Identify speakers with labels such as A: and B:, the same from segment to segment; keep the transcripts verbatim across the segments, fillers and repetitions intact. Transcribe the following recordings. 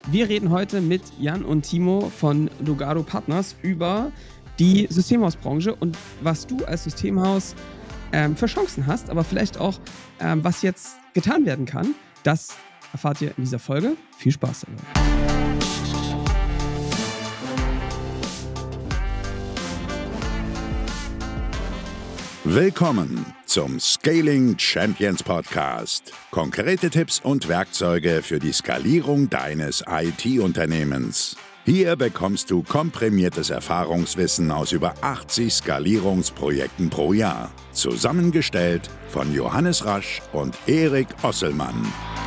A: Wir reden heute mit Jan und Timo von Dogado Partners über die Systemhausbranche und was du als Systemhaus ähm, für Chancen hast, aber vielleicht auch, ähm, was jetzt getan werden kann. Das erfahrt ihr in dieser Folge. Viel Spaß dabei.
B: Willkommen zum Scaling Champions Podcast. Konkrete Tipps und Werkzeuge für die Skalierung deines I T-Unternehmens. Hier bekommst du komprimiertes Erfahrungswissen aus über achtzig Skalierungsprojekten pro Jahr. Zusammengestellt von Johannes Rasch und Erik Osselmann.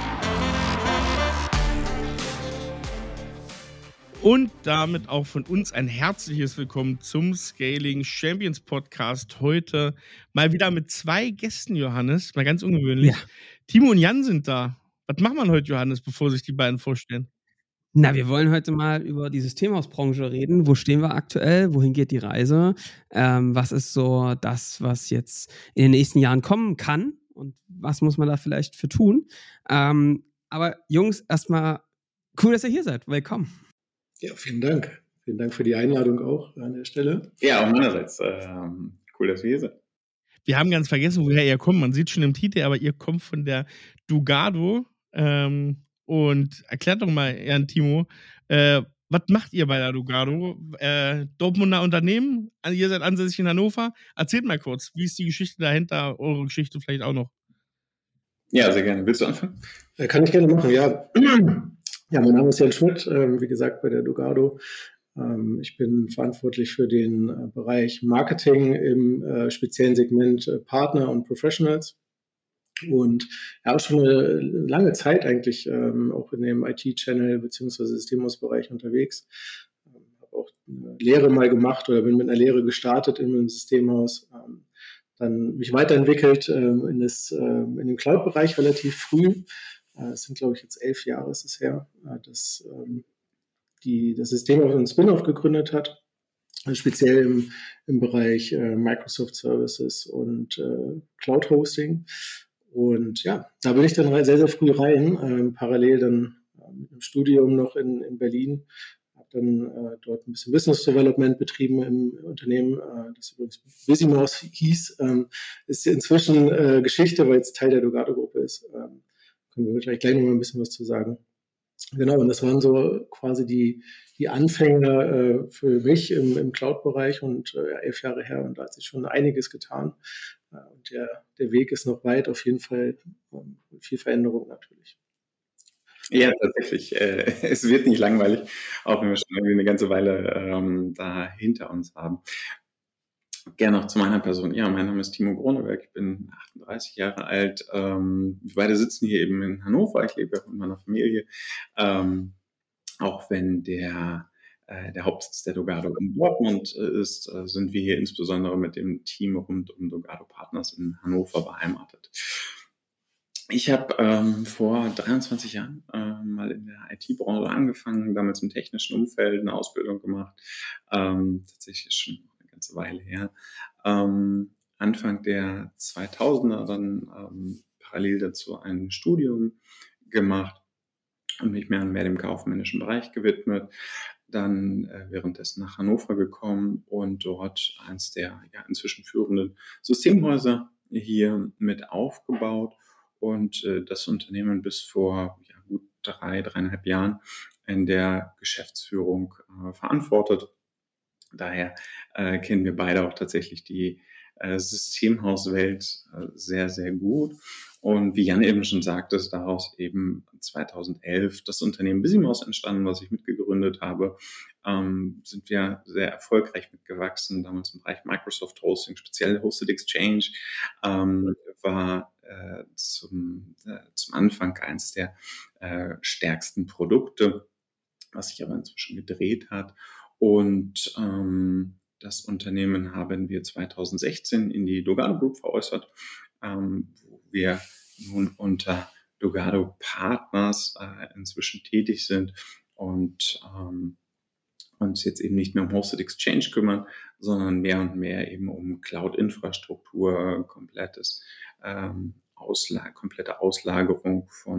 C: Und damit auch von uns ein herzliches Willkommen zum Scaling Champions Podcast. Heute mal wieder mit zwei Gästen, Johannes. Mal ganz ungewöhnlich. Ja. Timo und Jan sind da. Was machen wir heute, Johannes, bevor sich die beiden vorstellen?
A: Na, wir wollen heute mal über die Systemhausbranche reden. Wo stehen wir aktuell? Wohin geht die Reise? Ähm, was ist so das, was jetzt in den nächsten Jahren kommen kann? Und was muss man da vielleicht für tun? Ähm, aber Jungs, erstmal cool, dass ihr hier seid. Willkommen.
D: Ja, vielen Dank. Vielen Dank für die Einladung auch an der Stelle.
E: Ja, auch meinerseits. Ähm, cool, dass wir hier sind.
C: Wir haben ganz vergessen, woher ihr kommt. Man sieht schon im Titel, aber ihr kommt von der Dogado. Ähm, und erklärt doch mal, Jan, Timo, äh, was macht ihr bei der Dogado? Äh, Dortmunder Unternehmen, ihr seid ansässig in Hannover. Erzählt mal kurz, wie ist die Geschichte dahinter, eure Geschichte vielleicht auch noch?
E: Ja, sehr gerne. Willst du anfangen?
D: Ja, kann ich gerne machen, ja. Ja, mein Name ist Jan Schmidt, ähm, wie gesagt, bei der Dogado. Ähm, ich bin verantwortlich für den äh, Bereich Marketing im äh, speziellen Segment äh, Partner und Professionals. Und ja, auch schon eine lange Zeit eigentlich ähm, auch in dem I T-Channel bzw. Systemhausbereich unterwegs. Ähm, habe auch eine Lehre mal gemacht oder bin mit einer Lehre gestartet in einem Systemhaus. Ähm, dann mich weiterentwickelt ähm, in, das, äh, in den Cloud-Bereich relativ früh. Es sind, glaube ich, jetzt elf Jahre ist es her, dass ähm, die, das System auch einen Spin-off gegründet hat, speziell im, im Bereich äh, Microsoft Services und äh, Cloud Hosting. Und ja, da bin ich dann sehr, sehr früh rein, äh, parallel dann äh, mit einem Studium noch in, in Berlin. Habe dann äh, dort ein bisschen Business Development betrieben im Unternehmen, äh, das übrigens Busymouse hieß. Ähm, ist inzwischen äh, Geschichte, weil es Teil der Dogado-Gruppe ist. Ähm, können wir vielleicht gleich noch mal ein bisschen was zu sagen. Genau, und das waren so quasi die, die Anfänge äh, für mich im, im Cloud-Bereich und äh, elf Jahre her, und da hat sich schon einiges getan. Äh, und der, der Weg ist noch weit, auf jeden Fall ähm, viel Veränderung natürlich.
E: Ja, tatsächlich. Äh, es wird nicht langweilig, auch wenn wir schon irgendwie eine ganze Weile ähm, da hinter uns haben. Gerne noch zu meiner Person. Ja, mein Name ist Timo Groneberg, ich bin achtunddreißig Jahre alt. Ähm, wir beide sitzen hier eben in Hannover, ich lebe mit meiner Familie. Ähm, auch wenn der, äh, der Hauptsitz der Dogado in Dortmund äh, ist, äh, sind wir hier insbesondere mit dem Team rund um Dogado Partners in Hannover beheimatet. Ich habe ähm, vor dreiundzwanzig Jahren äh, mal in der I T-Branche angefangen, damals im technischen Umfeld eine Ausbildung gemacht. Ähm, tatsächlich schon ganze Weile her. Ähm, Anfang der zweitausender dann ähm, parallel dazu ein Studium gemacht und mich mehr und mehr dem kaufmännischen Bereich gewidmet. Dann äh, währenddessen nach Hannover gekommen und dort eins der ja, inzwischen führenden Systemhäuser hier mit aufgebaut und äh, das Unternehmen bis vor ja, gut drei, dreieinhalb Jahren in der Geschäftsführung äh, verantwortet. Daher äh, kennen wir beide auch tatsächlich die äh, Systemhauswelt äh, sehr, sehr gut. Und wie Jan eben schon sagte, ist daraus eben zweitausendelf das Unternehmen Busymouse entstanden, was ich mitgegründet habe. Ähm, sind wir sehr erfolgreich mitgewachsen, damals im Bereich Microsoft Hosting, speziell Hosted Exchange, ähm, war äh, zum, äh, zum Anfang eines der äh, stärksten Produkte, was sich aber inzwischen gedreht hat. Und ähm, das Unternehmen haben wir zweitausendsechzehn in die Dogado Group veräußert, ähm, wo wir nun unter Dogado Partners äh, inzwischen tätig sind und ähm, uns jetzt eben nicht mehr um Hosted Exchange kümmern, sondern mehr und mehr eben um Cloud-Infrastruktur, komplettes ähm, Ausla- komplette Auslagerung von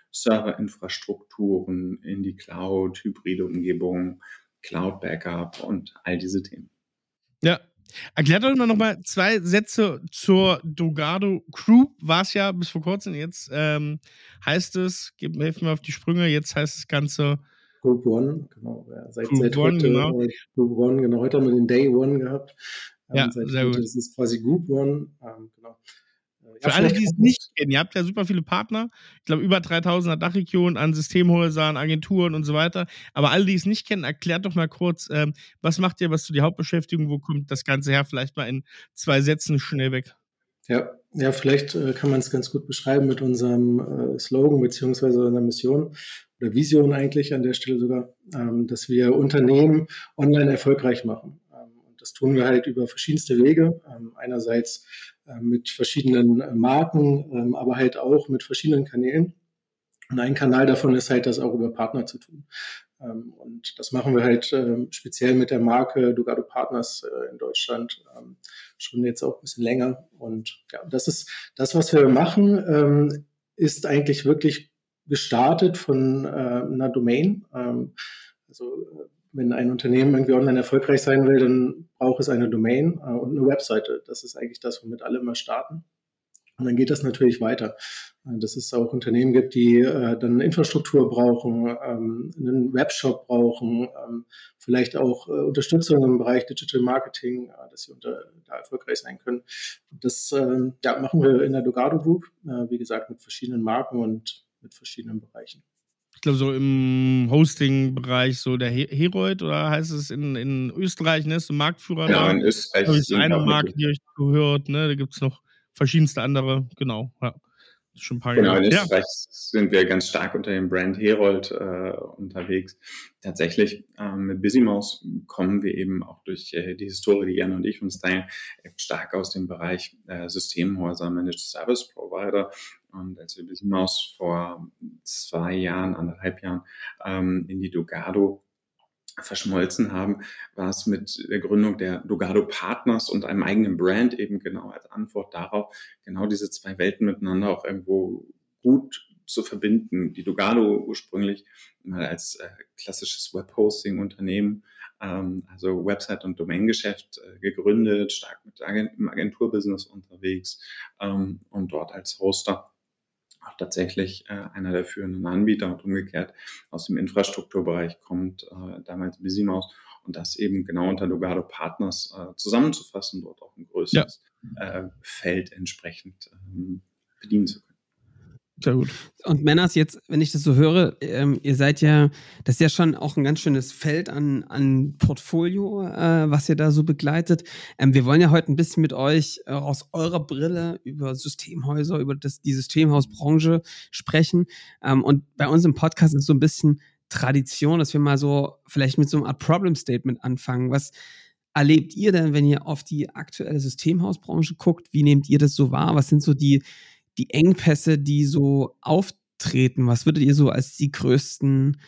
E: Serverinfrastrukturen in die Cloud, hybride Umgebungen, Cloud-Backup und all diese Themen.
C: Ja. Erklärt doch noch mal zwei Sätze zur Dogado Group. War es ja bis vor kurzem. Jetzt ähm, heißt es, gib mir helfen mir auf die Sprünge, jetzt heißt das Ganze
D: Group One, genau. Ja, seit,
C: Group
D: seit
C: One,
D: heute,
C: genau.
D: Äh, Group One, genau. Heute haben wir den Day One gehabt. Ähm,
C: Ja,
D: seit
C: sehr
D: heute
C: gut.
D: ist es quasi Group One. Ähm, genau. Äh,
C: Für
D: ja,
C: alle,
D: vielleicht
C: die es nicht kennen, ihr habt ja super viele Partner. Ich glaube, über dreitausender Dachregionen an Systemhäusern, Agenturen und so weiter. Aber alle, die es nicht kennen, erklärt doch mal kurz, ähm, was macht ihr, was ist die Hauptbeschäftigung, wo kommt das Ganze her? Vielleicht mal in zwei Sätzen schnell weg.
D: Ja, ja, vielleicht äh, kann man es ganz gut beschreiben mit unserem äh, Slogan beziehungsweise einer Mission oder Vision eigentlich an der Stelle sogar, ähm, dass wir Unternehmen online erfolgreich machen. Ähm, und das tun wir halt über verschiedenste Wege. Ähm, einerseits äh, mit verschiedenen äh, Marken, ähm, aber halt auch mit verschiedenen Kanälen. Und ein Kanal davon ist halt, das auch über Partner zu tun. Ähm, und das machen wir halt ähm, speziell mit der Marke Dogado Partners äh, in Deutschland ähm, schon jetzt auch ein bisschen länger. Und ja, das ist das, was wir machen, ähm, ist eigentlich wirklich gestartet von äh, einer Domain. Ähm, also äh, wenn ein Unternehmen irgendwie online erfolgreich sein will, dann braucht es eine Domain äh, und eine Webseite. Das ist eigentlich das, womit alle immer starten. Und dann geht das natürlich weiter. Dass es auch Unternehmen gibt, die äh, dann Infrastruktur brauchen, ähm, einen Webshop brauchen, ähm, vielleicht auch äh, Unterstützung im Bereich Digital Marketing, äh, dass sie unter, da erfolgreich sein können. Das ähm, ja, machen wir in der Dogado Group, äh, wie gesagt, mit verschiedenen Marken und mit verschiedenen Bereichen.
C: Ich glaube, so im Hosting-Bereich, so der He- Herold, oder heißt es in, in Österreich, ne? Ist ein Marktführer
E: Genau,
C: da.
E: in Österreich
C: Das ist
E: sind wir
C: eine
E: auch
C: Marke,
E: mit,
C: die euch gehört, ne? Da gibt es noch verschiedenste andere, genau, ja. Schon ein paar
E: genau, in
C: gehört. Ja.
E: Österreich sind wir ganz stark unter dem Brand Herold äh, unterwegs. Tatsächlich ähm, mit BusyMouse kommen wir eben auch durch äh, die Historie, die Jan und ich uns teilen, eben stark aus dem Bereich äh, Systemhäuser, Managed Service Provider. Und als wir BusyMouse vor zwei Jahren, anderthalb Jahren ähm, in die Dogado verschmolzen haben, war es mit der Gründung der Dogado Partners und einem eigenen Brand eben genau als Antwort darauf, genau diese zwei Welten miteinander auch irgendwo gut zu verbinden. Die Dogado ursprünglich mal als äh, klassisches Webhosting-Unternehmen, ähm, also Website- und Domaingeschäft äh, gegründet, stark mit Agent- im Agenturbusiness unterwegs ähm, und dort als Hoster auch tatsächlich äh, einer der führenden Anbieter und umgekehrt aus dem Infrastrukturbereich kommt äh, damals BusyMouse und das eben genau unter Dogado Partners äh, zusammenzufassen, dort auch ein größeres ja. äh, Feld entsprechend ähm, bedienen zu können.
C: Sehr gut.
A: Und Männers, jetzt, wenn ich das so höre, ähm, ihr seid ja, das ist ja schon auch ein ganz schönes Feld an, an Portfolio, äh, was ihr da so begleitet. Ähm, wir wollen ja heute ein bisschen mit euch äh, aus eurer Brille über Systemhäuser, über das, die Systemhausbranche sprechen. Ähm, und bei uns im Podcast ist so ein bisschen Tradition, dass wir mal so vielleicht mit so einer Art Problem Statement anfangen. Was erlebt ihr denn, wenn ihr auf die aktuelle Systemhausbranche guckt? Wie nehmt ihr das so wahr? Was sind so die die Engpässe, die so auftreten? Was würdet ihr so als die größten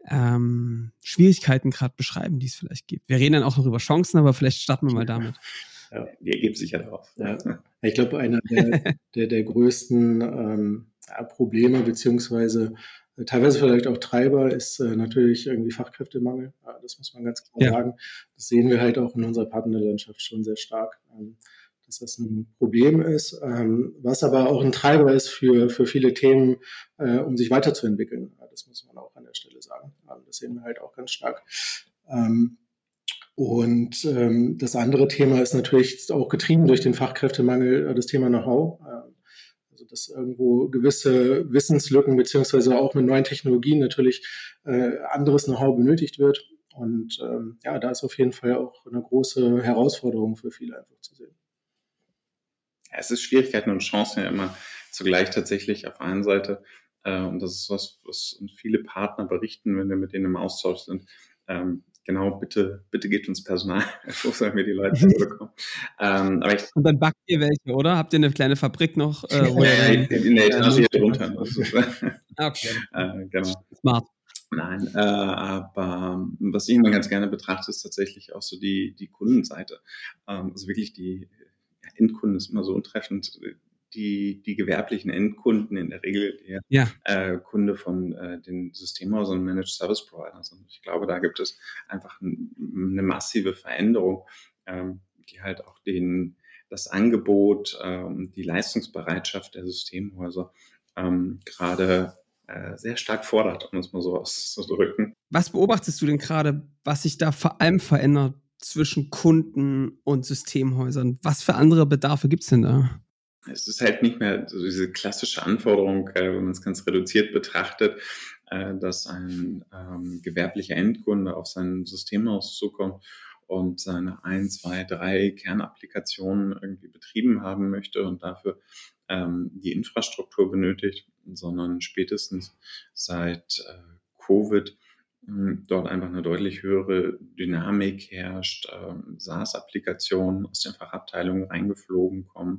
A: ähm, Schwierigkeiten gerade beschreiben, die es vielleicht gibt? Wir reden dann auch noch über Chancen, aber vielleicht starten wir mal damit.
E: Ja, die ergibt sich ja darauf.
D: Ja. Ich glaube, einer der, der, der größten ähm, ja, Probleme beziehungsweise äh, teilweise vielleicht auch Treiber ist äh, natürlich irgendwie Fachkräftemangel. Ja, das muss man ganz klar ja. sagen. Das sehen wir halt auch in unserer Partnerlandschaft schon sehr stark. Ähm, dass das ein Problem ist, ähm, was aber auch ein Treiber ist für, für viele Themen, äh, um sich weiterzuentwickeln. Ja, das muss man auch an der Stelle sagen. Ähm, das sehen wir halt auch ganz stark. Ähm, und ähm, das andere Thema ist natürlich auch getrieben durch den Fachkräftemangel, äh, das Thema Know-how. Äh, also dass irgendwo gewisse Wissenslücken beziehungsweise auch mit neuen Technologien natürlich äh, anderes Know-how benötigt wird. Und ähm, ja, da ist auf jeden Fall auch eine große Herausforderung für viele einfach zu sehen.
E: Es ist Schwierigkeiten und Chancen ja immer zugleich tatsächlich auf der einen Seite. Äh, und das ist was, was uns viele Partner berichten, wenn wir mit denen im Austausch sind. Ähm, genau, bitte, bitte gebt uns Personal, so sollen wir die Leute bekommen. Ähm, aber ich,
A: und dann backt ihr welche, oder? Habt ihr eine kleine Fabrik noch? Äh, wo
E: äh,
A: ihr dann,
E: in der Etage
A: äh,
E: hier drunter. Also,
A: okay.
E: äh, genau.
A: Smart.
E: Nein, äh, aber was ich immer ganz gerne betrachte, ist tatsächlich auch so die, die Kundenseite. Ähm, also wirklich die Endkunden ist immer so untreffend. die, die gewerblichen Endkunden in der Regel der
A: Ja.
E: äh, Kunde von äh, den Systemhäusern und Managed Service Providers. Und ich glaube, da gibt es einfach ein, eine massive Veränderung, ähm, die halt auch den, das Angebot, ähm, die Leistungsbereitschaft der Systemhäuser ähm, gerade äh, sehr stark fordert, um es mal so auszudrücken.
A: Was beobachtest du denn gerade, was sich da vor allem verändert zwischen Kunden und Systemhäusern? Was für andere Bedarfe gibt es denn da?
E: Es ist halt nicht mehr so diese klassische Anforderung, äh, wenn man es ganz reduziert betrachtet, äh, dass ein ähm, gewerblicher Endkunde auf sein Systemhaus zukommt und seine ein, zwei, drei Kernapplikationen irgendwie betrieben haben möchte und dafür ähm, die Infrastruktur benötigt, sondern spätestens seit äh, Covid mh, dort einfach eine deutlich höhere Dynamik herrscht, ähm, SaaS-Applikationen aus den Fachabteilungen reingeflogen kommen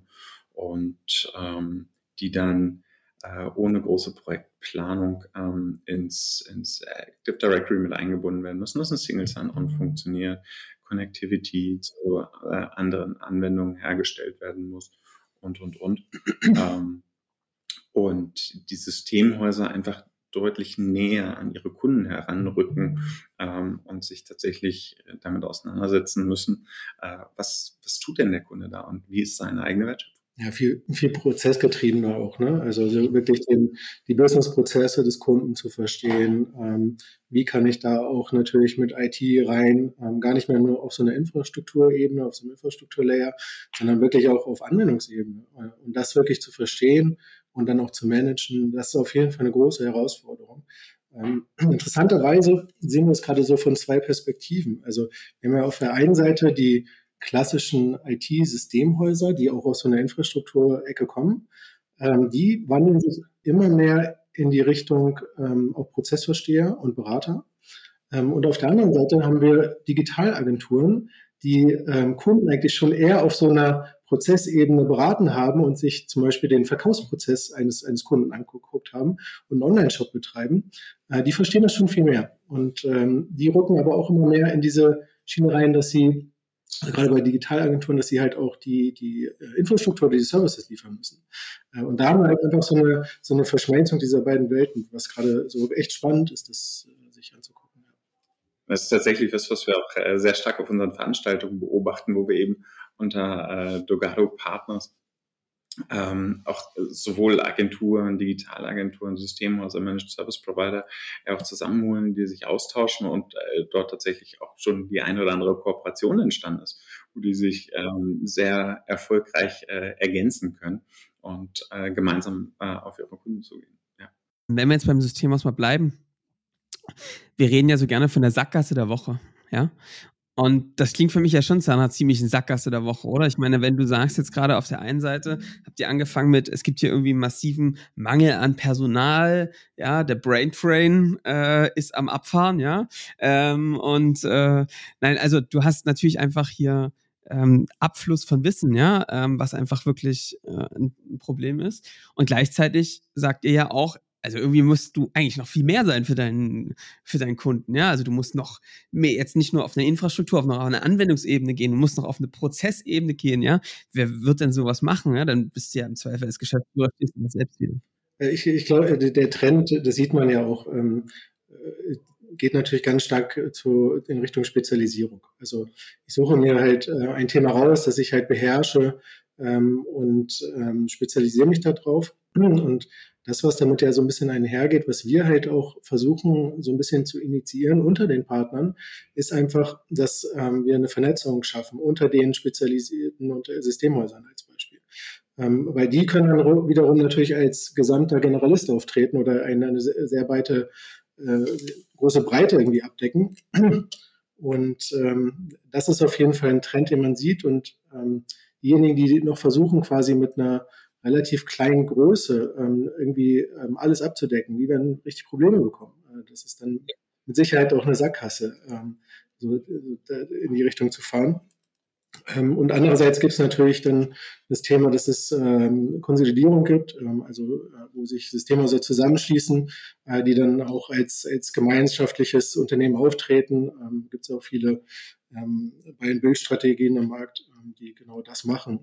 E: und ähm, die dann äh, ohne große Projektplanung ähm, ins, ins Active Directory mit eingebunden werden müssen, dass ein Single Sign-On funktioniert, Connectivity zu äh, anderen Anwendungen hergestellt werden muss und, und, und. ähm, und die Systemhäuser einfach deutlich näher an ihre Kunden heranrücken ähm, und sich tatsächlich damit auseinandersetzen müssen, äh, was, was tut denn der Kunde da und wie ist seine eigene Wertschöpfung?
D: Ja, viel, viel prozessgetriebener auch, ne? Also, also wirklich den, die Businessprozesse des Kunden zu verstehen. Ähm, wie kann ich da auch natürlich mit I T rein, ähm, gar nicht mehr nur auf so einer Infrastrukturebene, auf so einem Infrastrukturlayer, sondern wirklich auch auf Anwendungsebene. Und das wirklich zu verstehen und dann auch zu managen, das ist auf jeden Fall eine große Herausforderung. Ähm, interessanterweise sehen wir es gerade so von zwei Perspektiven. Also wir haben ja auf der einen Seite die klassischen I T-Systemhäuser, die auch aus so einer Infrastrukturecke kommen, ähm, die wandeln sich immer mehr in die Richtung ähm, auch Prozessversteher und Berater. Ähm, und auf der anderen Seite haben wir Digitalagenturen, die ähm, Kunden eigentlich schon eher auf so einer Prozessebene beraten haben und sich zum Beispiel den Verkaufsprozess eines, eines Kunden angeguckt haben und einen Online-Shop betreiben. Äh, die verstehen das schon viel mehr. Und ähm, die rücken aber auch immer mehr in diese Schiene rein, dass sie gerade bei Digitalagenturen, dass sie halt auch die, die Infrastruktur, die Services liefern müssen. Und da haben wir halt einfach so eine, so eine Verschmelzung dieser beiden Welten, was gerade so echt spannend ist, das sich anzugucken.
E: Das ist tatsächlich was, was wir auch sehr stark auf unseren Veranstaltungen beobachten, wo wir eben unter äh, Dogado Partners Ähm, auch sowohl Agenturen, Digitalagenturen, Systemhäuser, Managed Service Provider ja auch zusammenholen, die sich austauschen und äh, dort tatsächlich auch schon die eine oder andere Kooperation entstanden ist, wo die sich ähm, sehr erfolgreich äh, ergänzen können und äh, gemeinsam äh, auf ihre Kunden zugehen. Ja.
A: Wenn wir jetzt beim Systemhaus mal bleiben, wir reden ja so gerne von der Sackgasse der Woche, ja? Und das klingt für mich ja schon zu einer ziemlichen Sackgasse der Woche, oder? Ich meine, wenn du sagst jetzt gerade auf der einen Seite, habt ihr angefangen mit, es gibt hier irgendwie einen massiven Mangel an Personal, ja, der Braintrain äh, ist am Abfahren, ja. Ähm, und äh, nein, also du hast natürlich einfach hier ähm, Abfluss von Wissen, ja, ähm, was einfach wirklich äh, ein, ein Problem ist. Und gleichzeitig sagt ihr ja auch, also irgendwie musst du eigentlich noch viel mehr sein für deinen, für deinen Kunden, ja. Also du musst noch mehr, jetzt nicht nur auf eine Infrastruktur, auf noch auf eine Anwendungsebene gehen, du musst noch auf eine Prozessebene gehen, ja. Wer wird denn sowas machen, ja? Dann bist du ja im Zweifel als Geschäftsführer, stehst du das selbst wieder.
D: Ich, ich glaube, der Trend, das sieht man ja auch, ähm, geht natürlich ganz stark zu, in Richtung Spezialisierung. Also ich suche mir halt äh, ein Thema raus, das ich halt beherrsche ähm, und ähm, spezialisiere mich da drauf. Und das, was damit ja so ein bisschen einhergeht, was wir halt auch versuchen, so ein bisschen zu initiieren unter den Partnern, ist einfach, dass ähm, wir eine Vernetzung schaffen unter den spezialisierten und Systemhäusern als Beispiel. Ähm, weil die können dann wiederum natürlich als gesamter Generalist auftreten oder eine, eine sehr weite, äh, große Breite irgendwie abdecken. Und ähm, das ist auf jeden Fall ein Trend, den man sieht. Und ähm, diejenigen, die noch versuchen, quasi mit einer relativ kleinen Größe ähm, irgendwie ähm, alles abzudecken, die werden richtig Probleme bekommen. Äh, das ist dann mit Sicherheit auch eine Sackgasse, ähm, so in die Richtung zu fahren. Ähm, und andererseits gibt es natürlich dann das Thema, dass es ähm, Konsolidierung gibt, ähm, also äh, wo sich Systemhäuser zusammenschließen, äh, die dann auch als, als gemeinschaftliches Unternehmen auftreten. Ähm, gibt es auch viele ähm, Buy-and-Build-Strategien am Markt, ähm, die genau das machen.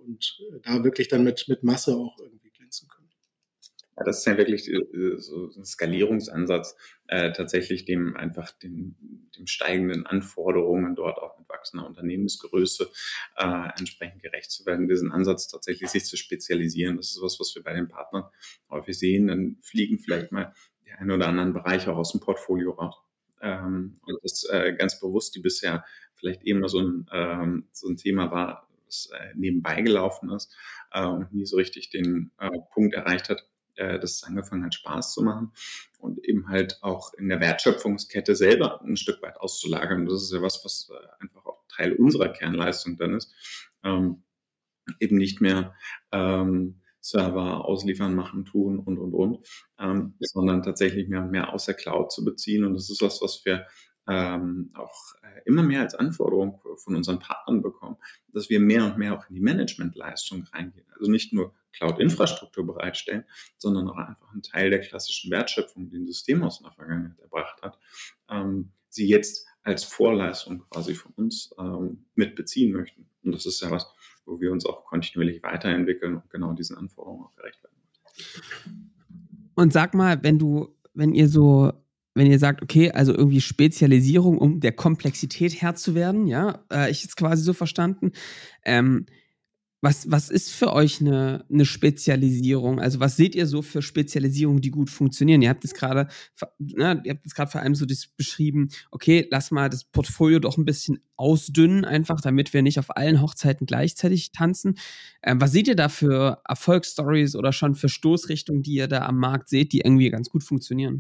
D: und da wirklich dann mit, mit Masse auch irgendwie glänzen können.
E: Ja, das ist ja wirklich äh, so ein Skalierungsansatz, äh, tatsächlich dem einfach dem, dem steigenden Anforderungen dort auch mit wachsender Unternehmensgröße äh, entsprechend gerecht zu werden. Diesen Ansatz tatsächlich sich zu spezialisieren, das ist was, was wir bei den Partnern häufig sehen. Dann fliegen vielleicht mal die einen oder anderen Bereiche auch aus dem Portfolio raus. Ähm, und das äh, ganz bewusst, die bisher vielleicht eben nur so ein, ähm, so ein Thema war, das äh, nebenbei gelaufen ist äh, und nie so richtig den äh, Punkt erreicht hat, dass es angefangen hat, Spaß zu machen und eben halt auch in der Wertschöpfungskette selber ein Stück weit auszulagern. Und das ist ja was, was einfach auch Teil unserer Kernleistung dann ist. Ähm, eben nicht mehr ähm, Server ausliefern, machen, tun und, und, und, ähm, sondern tatsächlich mehr und mehr aus der Cloud zu beziehen. Und das ist was, was wir ähm, auch äh, immer mehr als Anforderung von unseren Partnern bekommen, dass wir mehr und mehr auch in die Managementleistung reingehen. Also nicht nur Cloud-Infrastruktur bereitstellen, sondern auch einfach einen Teil der klassischen Wertschöpfung, die ein System aus der Vergangenheit erbracht hat, ähm, sie jetzt als Vorleistung quasi von uns ähm, mitbeziehen möchten. Und das ist ja was, wo wir uns auch kontinuierlich weiterentwickeln und genau diesen Anforderungen auch gerecht werden.
A: Und sag mal, wenn du, wenn ihr so wenn ihr sagt, okay, also irgendwie Spezialisierung, um der Komplexität Herr zu werden, ja, äh, ich jetzt quasi so verstanden, ähm, was, was ist für euch eine, eine Spezialisierung? Also was seht ihr so für Spezialisierungen, die gut funktionieren? Ihr habt jetzt gerade, ne, ihr habt jetzt gerade vor allem so das beschrieben, okay, lass mal das Portfolio doch ein bisschen ausdünnen einfach, damit wir nicht auf allen Hochzeiten gleichzeitig tanzen. Ähm, was seht ihr da für Erfolgsstories oder schon für Stoßrichtungen, die ihr da am Markt seht, die irgendwie ganz gut funktionieren?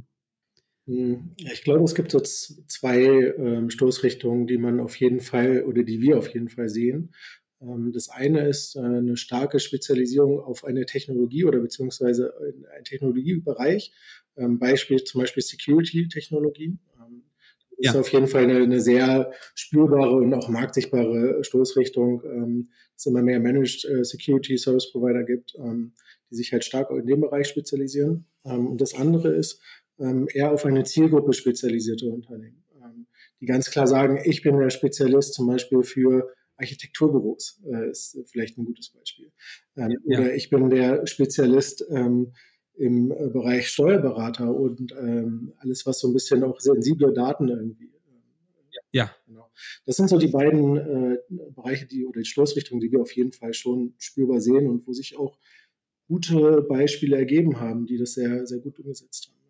D: Ich glaube, es gibt so zwei ähm, Stoßrichtungen, die man auf jeden Fall oder die wir auf jeden Fall sehen. Ähm, das eine ist äh, eine starke Spezialisierung auf eine Technologie oder beziehungsweise einen Technologiebereich. Ähm, Beispiel zum Beispiel Security-Technologie. Ähm, das ja. ist auf jeden Fall eine, eine sehr spürbare und auch marktsichtbare Stoßrichtung, ähm, dass es immer mehr Managed äh, Security Service Provider gibt, ähm, die sich halt stark in dem Bereich spezialisieren. Ähm, und das andere ist Ähm, eher auf eine Zielgruppe spezialisierte Unternehmen, ähm, die ganz klar sagen, ich bin der Spezialist zum Beispiel für Architekturbüros, äh, ist vielleicht ein gutes Beispiel. Ähm, ja. Oder ich bin der Spezialist ähm, im Bereich Steuerberater und ähm, alles, was so ein bisschen auch sensible Daten irgendwie. Äh, ja. Genau. Das sind so die beiden äh, Bereiche, die oder die Stoßrichtungen, die wir auf jeden Fall schon spürbar sehen und wo sich auch gute Beispiele ergeben haben, die das sehr, sehr gut umgesetzt haben.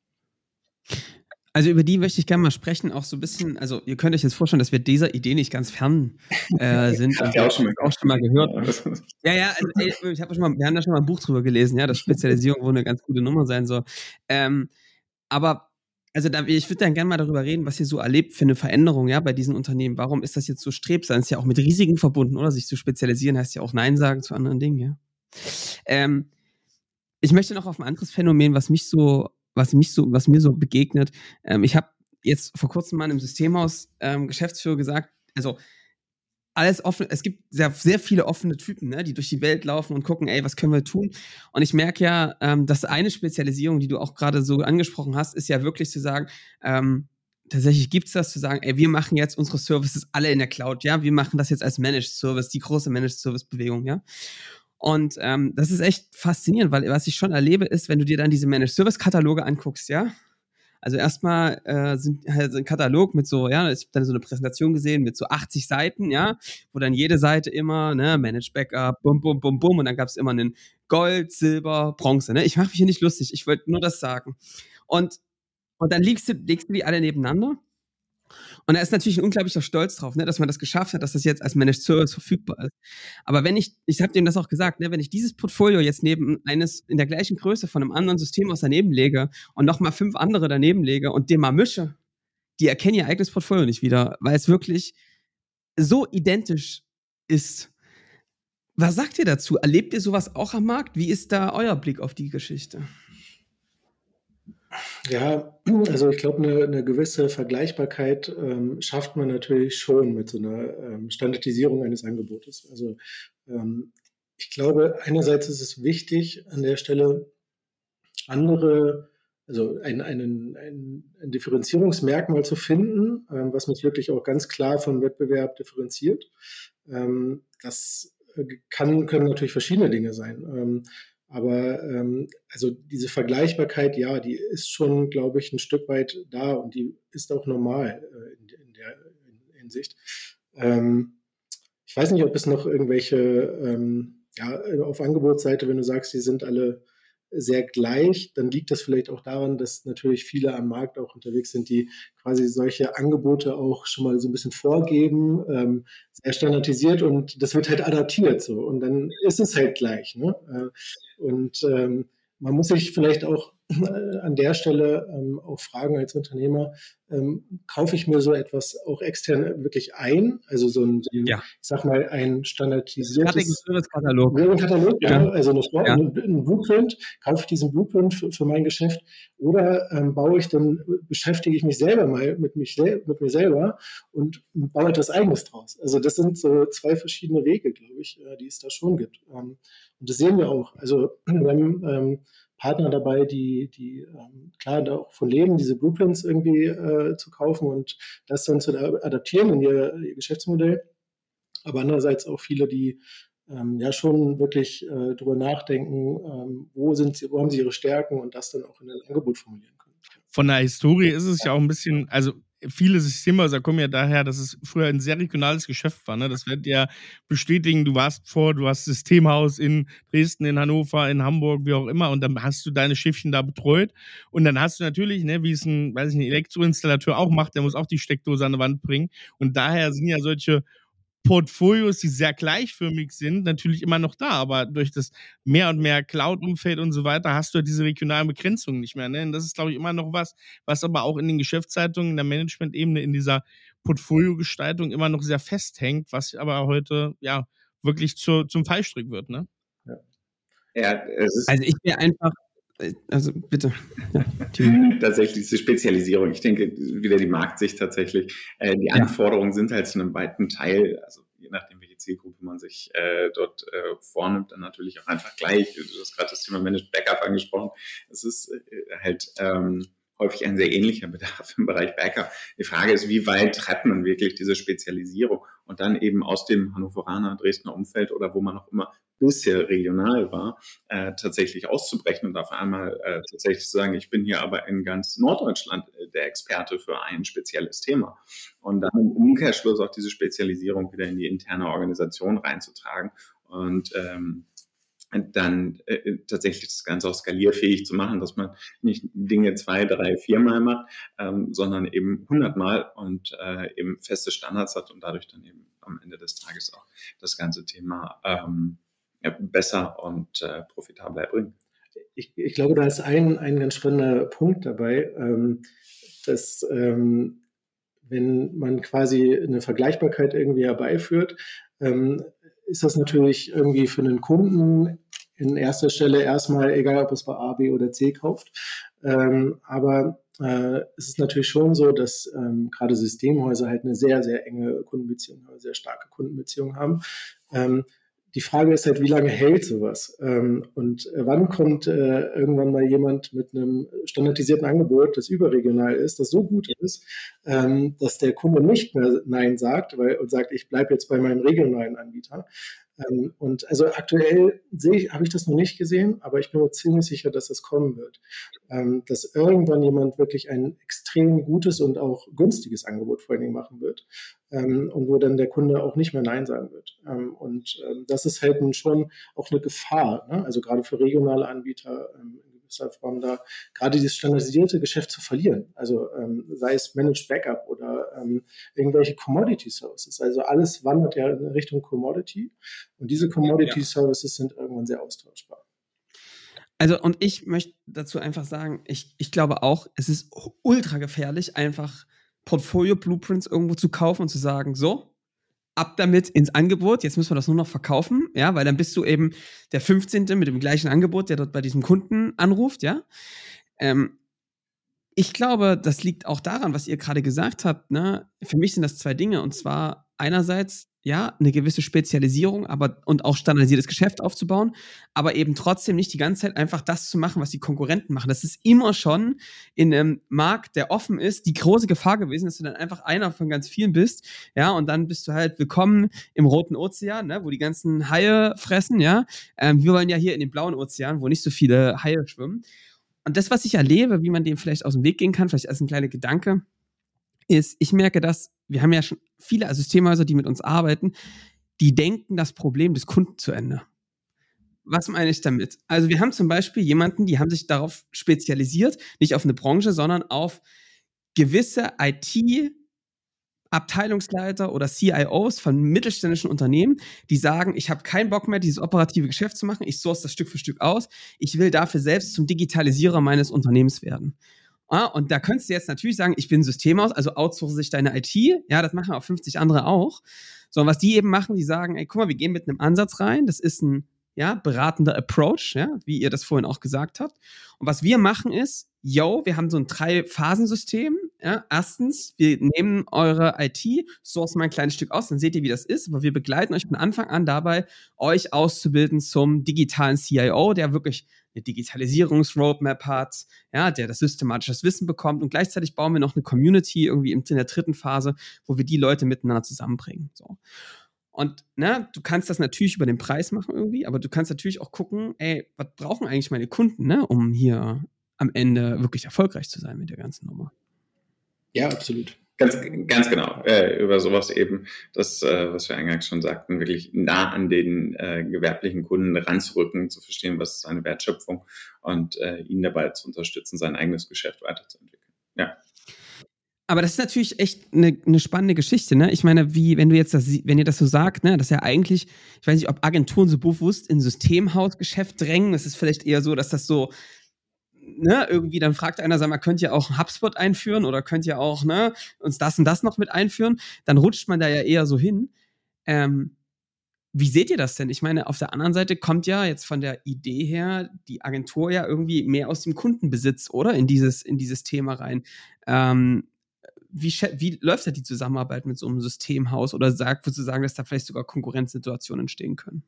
A: Also über die möchte ich gerne mal sprechen, auch so ein bisschen, also ihr könnt euch jetzt vorstellen, dass wir dieser Idee nicht ganz fern äh, sind.
E: Habt ihr auch schon mal,
A: auch schon mal gehört. Ja, ja, also, ey, ich hab schon mal, wir haben da schon mal ein Buch drüber gelesen, ja, dass Spezialisierung wohl eine ganz gute Nummer sein soll. Ähm, aber also da, ich würde dann gerne mal darüber reden, was ihr so erlebt für eine Veränderung, ja, bei diesen Unternehmen. Warum ist das jetzt so strebsam? Das ist ja auch mit Risiken verbunden, oder? Sich zu spezialisieren heißt ja auch Nein sagen zu anderen Dingen, ja. Ähm, ich möchte noch auf ein anderes Phänomen, was mich so was mich so, was mir so begegnet. Ähm, ich habe jetzt vor kurzem mal im Systemhaus ähm, Geschäftsführer gesagt, also alles offen, es gibt sehr, sehr viele offene Typen, ne, die durch die Welt laufen und gucken, ey, was können wir tun? Und ich merke ja, ähm, dass eine Spezialisierung, die du auch gerade so angesprochen hast, ist ja wirklich zu sagen, ähm, tatsächlich gibt es das, zu sagen, ey, wir machen jetzt unsere Services alle in der Cloud, ja, wir machen das jetzt als Managed Service, die große Managed Service Bewegung, ja. Und ähm, das ist echt faszinierend, weil was ich schon erlebe, ist, wenn du dir dann diese Managed-Service-Kataloge anguckst, ja, also erstmal äh, sind halt so ein Katalog mit so, ja, ich habe dann so eine Präsentation gesehen mit so achtzig Seiten, ja, wo dann jede Seite immer, ne, Managed Backup, bum, bum, bum, bum, und dann gab es immer einen Gold, Silber, Bronze, ne, ich mache mich hier nicht lustig, ich wollte nur das sagen. Und, und dann legst du, legst du die alle nebeneinander. Und da ist natürlich ein unglaublicher Stolz drauf, ne, dass man das geschafft hat, dass das jetzt als Managed Service verfügbar ist. Aber wenn ich, ich habe dem das auch gesagt, ne, wenn ich dieses Portfolio jetzt neben eines in der gleichen Größe von einem anderen System aus daneben lege und nochmal fünf andere daneben lege und dem mal mische, die erkennen ihr eigenes Portfolio nicht wieder, weil es wirklich so identisch ist. Was sagt ihr dazu? Erlebt ihr sowas auch am Markt? Wie ist da euer Blick auf die Geschichte?
D: Ja, also ich glaube, eine, eine gewisse Vergleichbarkeit ähm, schafft man natürlich schon mit so einer ähm, Standardisierung eines Angebotes. Also ähm, ich glaube, einerseits ist es wichtig, an der Stelle andere, also ein, einen, ein, ein Differenzierungsmerkmal zu finden, ähm, was mich wirklich auch ganz klar vom Wettbewerb differenziert. Ähm, das kann, können natürlich verschiedene Dinge sein. Ähm, aber ähm, also diese Vergleichbarkeit, ja, die ist schon, glaube ich, ein Stück weit da und die ist auch normal äh, in, in der Hinsicht. Ähm, ich weiß nicht, ob es noch irgendwelche, ähm, ja, auf Angebotsseite, wenn du sagst, die sind alle sehr gleich, dann liegt das vielleicht auch daran, dass natürlich viele am Markt auch unterwegs sind, die quasi solche Angebote auch schon mal so ein bisschen vorgeben, ähm, sehr standardisiert und das wird halt adaptiert so und dann ist es halt gleich. Ne? Und ähm, man muss sich vielleicht auch äh, an der Stelle ähm, auch fragen als Unternehmer, ähm, kaufe ich mir so etwas auch extern wirklich ein? Also so ein, so ein
A: Ja.
D: ich sag mal, ein standardisiertes
A: Katalog.
D: Katalog,
A: Ja.
D: ja. Also eine,
A: Ja.
D: ein, ein Blueprint, kaufe ich diesen Blueprint für, für mein Geschäft oder ähm, baue ich dann, beschäftige ich mich selber mal mit, mich sel- mit mir selber und baue etwas Eigenes draus. Also das sind so zwei verschiedene Wege, glaube ich, äh, die es da schon gibt. Ähm, und das sehen wir auch. Also wir haben ähm, Partner dabei, die, die ähm, klar da auch von leben, diese Blueprints irgendwie äh, zu kaufen und das dann zu adaptieren in ihr, ihr Geschäftsmodell. Aber andererseits auch viele, die ähm, ja schon wirklich äh, drüber nachdenken, ähm, wo sind sie, wo haben sie ihre Stärken und das dann auch in ein Angebot formulieren können.
C: Von der Historie ist es ja auch ein bisschen, also viele Systemhäuser kommen ja daher, dass es früher ein sehr regionales Geschäft war. Ne? Das wird ja bestätigen, du warst vor, du hast Systemhaus in Dresden, in Hannover, in Hamburg, wie auch immer, und dann hast du deine Schiffchen da betreut. Und dann hast du natürlich, ne, wie es ein, weiß ich nicht, Elektroinstallateur auch macht, der muss auch die Steckdose an die Wand bringen. Und daher sind ja solche Portfolios, die sehr gleichförmig sind, natürlich immer noch da, aber durch das mehr und mehr Cloud-Umfeld und so weiter hast du ja diese regionalen Begrenzungen nicht mehr. Ne? Und das ist, glaube ich, immer noch was, was aber auch in den Geschäftszeitungen, in der Management-Ebene, in dieser Portfoliogestaltung immer noch sehr festhängt, was aber heute ja wirklich zu, zum Fallstrick wird. Ne?
D: Ja.
E: Ja, es ist
A: Also ich wäre einfach, also bitte. Ja,
E: tatsächlich diese Spezialisierung. Ich denke, wieder die Marktsicht tatsächlich. Äh, die Anforderungen ja. sind halt zu einem weiten Teil, also je nachdem, welche Zielgruppe man sich äh, dort äh, vornimmt, dann natürlich auch einfach gleich. Du hast gerade das Thema Managed Backup angesprochen. Es ist äh, halt ähm, häufig ein sehr ähnlicher Bedarf im Bereich Backup. Die Frage ist, wie weit treibt man wirklich diese Spezialisierung und dann eben aus dem Hannoveraner, Dresdner Umfeld oder wo man auch immer bisher regional war, äh, tatsächlich auszubrechen und auf einmal äh, tatsächlich zu sagen, ich bin hier aber in ganz Norddeutschland äh, der Experte für ein spezielles Thema. Und dann im Umkehrschluss auch diese Spezialisierung wieder in die interne Organisation reinzutragen und ähm, dann äh, tatsächlich das Ganze auch skalierfähig zu machen, dass man nicht Dinge zwei, drei, viermal macht, ähm, sondern eben hundertmal und äh, eben feste Standards hat und dadurch dann eben am Ende des Tages auch das ganze Thema ähm, ja, besser und äh, profitabler erbringen.
D: Ich, ich glaube, da ist ein, ein ganz spannender Punkt dabei, ähm, dass ähm, wenn man quasi eine Vergleichbarkeit irgendwie herbeiführt, ähm, ist das natürlich irgendwie für einen Kunden in erster Stelle erstmal egal, ob es bei A, B oder C kauft. Ähm, aber äh, es ist natürlich schon so, dass ähm, gerade Systemhäuser halt eine sehr, sehr enge Kundenbeziehung haben, sehr starke Kundenbeziehung haben. Ähm, Die Frage ist halt, wie lange hält sowas? Ähm, und äh, wann kommt äh, irgendwann mal jemand mit einem standardisierten Angebot, das überregional ist, das so gut ist, ähm, dass der Kunde nicht mehr Nein sagt, weil und sagt, ich bleibe jetzt bei meinem regionalen Anbieter. Ähm, und also aktuell sehe ich, habe ich das noch nicht gesehen, aber ich bin mir ziemlich sicher, dass das kommen wird. Ähm, dass irgendwann jemand wirklich ein extrem gutes und auch günstiges Angebot vor allen Dingen machen wird. Ähm, und wo dann der Kunde auch nicht mehr Nein sagen wird. Ähm, und ähm, das ist halt schon auch eine Gefahr, ne? Also gerade für regionale Anbieter ähm, in gewisser Form da gerade dieses standardisierte Geschäft zu verlieren. Also ähm, sei es Managed Backup oder ähm, irgendwelche Commodity Services. Also alles wandert ja in Richtung Commodity und diese Commodity Services sind irgendwann sehr austauschbar.
A: Also und ich möchte dazu einfach sagen, ich, ich glaube auch, es ist ultra gefährlich, einfach Portfolio-Blueprints irgendwo zu kaufen und zu sagen, so, ab damit ins Angebot, jetzt müssen wir das nur noch verkaufen, ja, weil dann bist du eben der fünfzehnte mit dem gleichen Angebot, der dort bei diesem Kunden anruft, ja. Ähm, ich glaube, das liegt auch daran, was ihr gerade gesagt habt, ne? Für mich sind das zwei Dinge, und zwar einerseits ja, eine gewisse Spezialisierung, aber und auch standardisiertes Geschäft aufzubauen, aber eben trotzdem nicht die ganze Zeit einfach das zu machen, was die Konkurrenten machen. Das ist immer schon in einem Markt, der offen ist, die große Gefahr gewesen, dass du dann einfach einer von ganz vielen bist, ja, und dann bist du halt willkommen im Roten Ozean, ne, wo die ganzen Haie fressen, ja. Ähm, wir wollen ja hier in den Blauen Ozean, wo nicht so viele Haie schwimmen. Und das, was ich erlebe, wie man dem vielleicht aus dem Weg gehen kann, vielleicht als ein kleiner Gedanke, ist, ich merke, dass wir haben ja schon viele Systemhäuser, die mit uns arbeiten, die denken das Problem des Kunden zu Ende. Was meine ich damit? Also wir haben zum Beispiel jemanden, die haben sich darauf spezialisiert, nicht auf eine Branche, sondern auf gewisse I T-Abteilungsleiter oder C I Os von mittelständischen Unternehmen, die sagen, ich habe keinen Bock mehr, dieses operative Geschäft zu machen, ich source das Stück für Stück aus, ich will dafür selbst zum Digitalisierer meines Unternehmens werden. Ah, und da könntest du jetzt natürlich sagen, ich bin Systemhaus, also outsource ich deine I T. Ja, das machen auch fünfzig andere auch. So, und was die eben machen, die sagen, ey, guck mal, wir gehen mit einem Ansatz rein. Das ist ein, ja, beratender Approach, ja, wie ihr das vorhin auch gesagt habt. Und was wir machen ist, yo, wir haben so ein Drei-Phasen-System. Ja, erstens, wir nehmen eure I T, sourcen mal ein kleines Stück aus, dann seht ihr, wie das ist. Aber wir begleiten euch von Anfang an dabei, euch auszubilden zum digitalen C I O, der wirklich eine Digitalisierungsroadmap hat, ja, der das systematisches Wissen bekommt, und gleichzeitig bauen wir noch eine Community irgendwie in der dritten Phase, wo wir die Leute miteinander zusammenbringen. So. Und ne, du kannst das natürlich über den Preis machen irgendwie, aber du kannst natürlich auch gucken, ey, was brauchen eigentlich meine Kunden, ne, um hier am Ende wirklich erfolgreich zu sein mit der ganzen Nummer.
D: Ja, absolut.
E: Ganz, ganz genau. Äh, über sowas eben, das, äh, was wir eingangs schon sagten, wirklich nah an den äh, gewerblichen Kunden ranzurücken, zu verstehen, was ist seine Wertschöpfung, und äh, ihn dabei zu unterstützen, sein eigenes Geschäft weiterzuentwickeln. Ja.
A: Aber das ist natürlich echt eine, eine spannende Geschichte, ne? Ich meine, wie, wenn du jetzt das, wenn ihr das so sagt, ne, dass ja eigentlich, ich weiß nicht, ob Agenturen so bewusst in Systemhausgeschäft drängen. Das ist vielleicht eher so, dass das so, ne, irgendwie dann fragt einer, sag mal, könnt ihr auch HubSpot einführen oder könnt ihr auch, ne, uns das und das noch mit einführen? Dann rutscht man da ja eher so hin. Ähm, wie seht ihr das denn? Ich meine, auf der anderen Seite kommt ja jetzt von der Idee her die Agentur ja irgendwie mehr aus dem Kundenbesitz, oder? In dieses, in dieses Thema rein. Ähm, Wie, wie läuft da die Zusammenarbeit mit so einem Systemhaus? Oder sagt, würdest du sagen, dass da vielleicht sogar Konkurrenzsituationen entstehen können?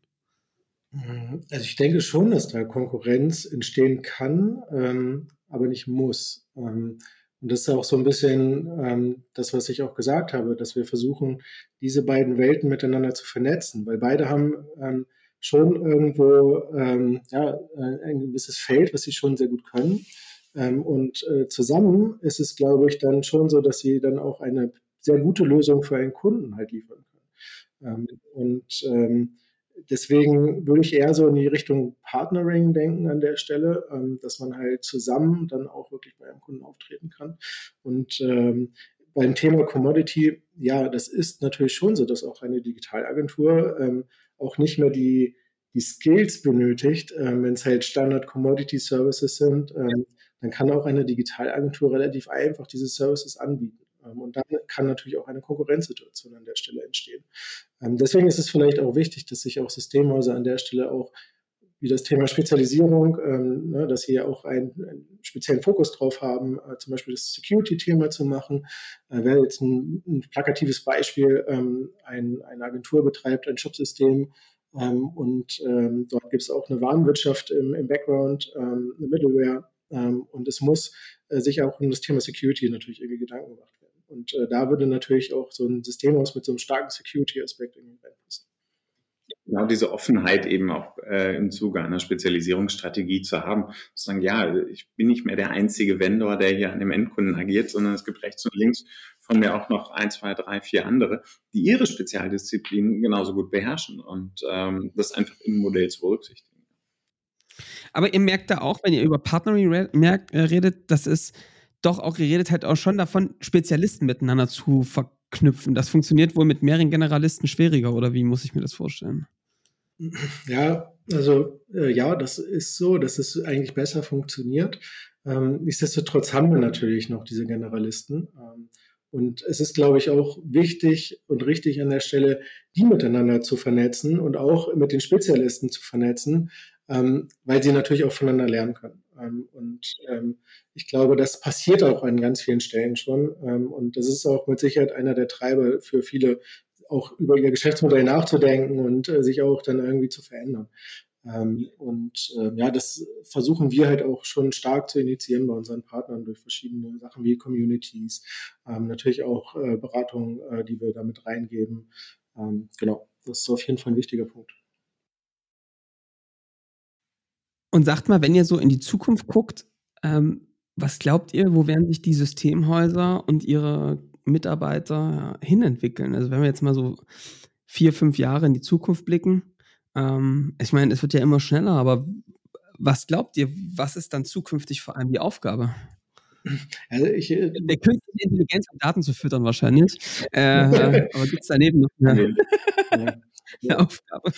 D: Also ich denke schon, dass da Konkurrenz entstehen kann, ähm, aber nicht muss. Ähm, und das ist auch so ein bisschen ähm, das, was ich auch gesagt habe, dass wir versuchen, diese beiden Welten miteinander zu vernetzen, weil beide haben ähm, schon irgendwo ähm, ja, ein gewisses Feld, was sie schon sehr gut können. Ähm, und äh, zusammen ist es, glaube ich, dann schon so, dass sie dann auch eine sehr gute Lösung für einen Kunden halt liefern können. Ähm, und ähm, deswegen würde ich eher so in die Richtung Partnering denken an der Stelle, ähm, dass man halt zusammen dann auch wirklich bei einem Kunden auftreten kann. Und ähm, beim Thema Commodity, ja, das ist natürlich schon so, dass auch eine Digitalagentur ähm, auch nicht mehr die, die Skills benötigt, ähm, wenn es halt Standard Commodity Services sind, ähm, dann kann auch eine Digitalagentur relativ einfach diese Services anbieten. Und dann kann natürlich auch eine Konkurrenzsituation an der Stelle entstehen. Deswegen ist es vielleicht auch wichtig, dass sich auch Systemhäuser an der Stelle auch, wie das Thema Spezialisierung, dass sie ja auch einen, einen speziellen Fokus drauf haben, zum Beispiel das Security-Thema zu machen. Wäre jetzt ein, ein plakatives Beispiel, ein, eine Agentur betreibt ein Shopsystem, und dort gibt es auch eine Warenwirtschaft im, im Background, eine Middleware. Ähm, und es muss äh, sich auch um das Thema Security natürlich irgendwie Gedanken gemacht werden. Und äh, da würde natürlich auch so ein Systemhaus mit so einem starken Security-Aspekt irgendwie reinpassen.
E: Genau diese Offenheit eben auch äh, im Zuge einer Spezialisierungsstrategie zu haben, zu sagen, ja, ich bin nicht mehr der einzige Vendor, der hier an dem Endkunden agiert, sondern es gibt rechts und links von mir auch noch ein, zwei, drei, vier andere, die ihre Spezialdisziplinen genauso gut beherrschen, und ähm, das einfach im Modell zu berücksichtigen.
A: Aber ihr merkt da auch, wenn ihr über Partnering re- merkt, äh, redet, dass es doch auch, ihr redet halt auch schon davon, Spezialisten miteinander zu verknüpfen. Das funktioniert wohl mit mehreren Generalisten schwieriger, oder wie muss ich mir das vorstellen?
D: Ja, also äh, ja, das ist so, dass es eigentlich besser funktioniert. Ähm, nichtsdestotrotz haben wir natürlich noch diese Generalisten. Ähm, und es ist, glaube ich, auch wichtig und richtig an der Stelle, die miteinander zu vernetzen und auch mit den Spezialisten zu vernetzen, ähm, weil sie natürlich auch voneinander lernen können. Ähm, und ähm, ich glaube, das passiert auch an ganz vielen Stellen schon. Ähm, und das ist auch mit Sicherheit einer der Treiber für viele auch über ihr Geschäftsmodell nachzudenken und äh, sich auch dann irgendwie zu verändern. Ähm, und äh, ja, das versuchen wir halt auch schon stark zu initiieren bei unseren Partnern durch verschiedene Sachen wie Communities, ähm, natürlich auch äh, Beratungen, äh, die wir damit reingeben. Ähm, genau, das ist auf jeden Fall ein wichtiger Punkt.
A: Und sagt mal, wenn ihr so in die Zukunft guckt, ähm, was glaubt ihr, wo werden sich die Systemhäuser und ihre Mitarbeiter ja, hinentwickeln? Also wenn wir jetzt mal so vier, fünf Jahre in die Zukunft blicken, ähm, ich meine, es wird ja immer schneller, aber was glaubt ihr, was ist dann zukünftig vor allem die Aufgabe?
D: Also ich, äh,
A: Der künstliche Intelligenz und Daten zu füttern wahrscheinlich. Äh, aber gibt es daneben noch eine,
D: ja.
A: eine Aufgabe?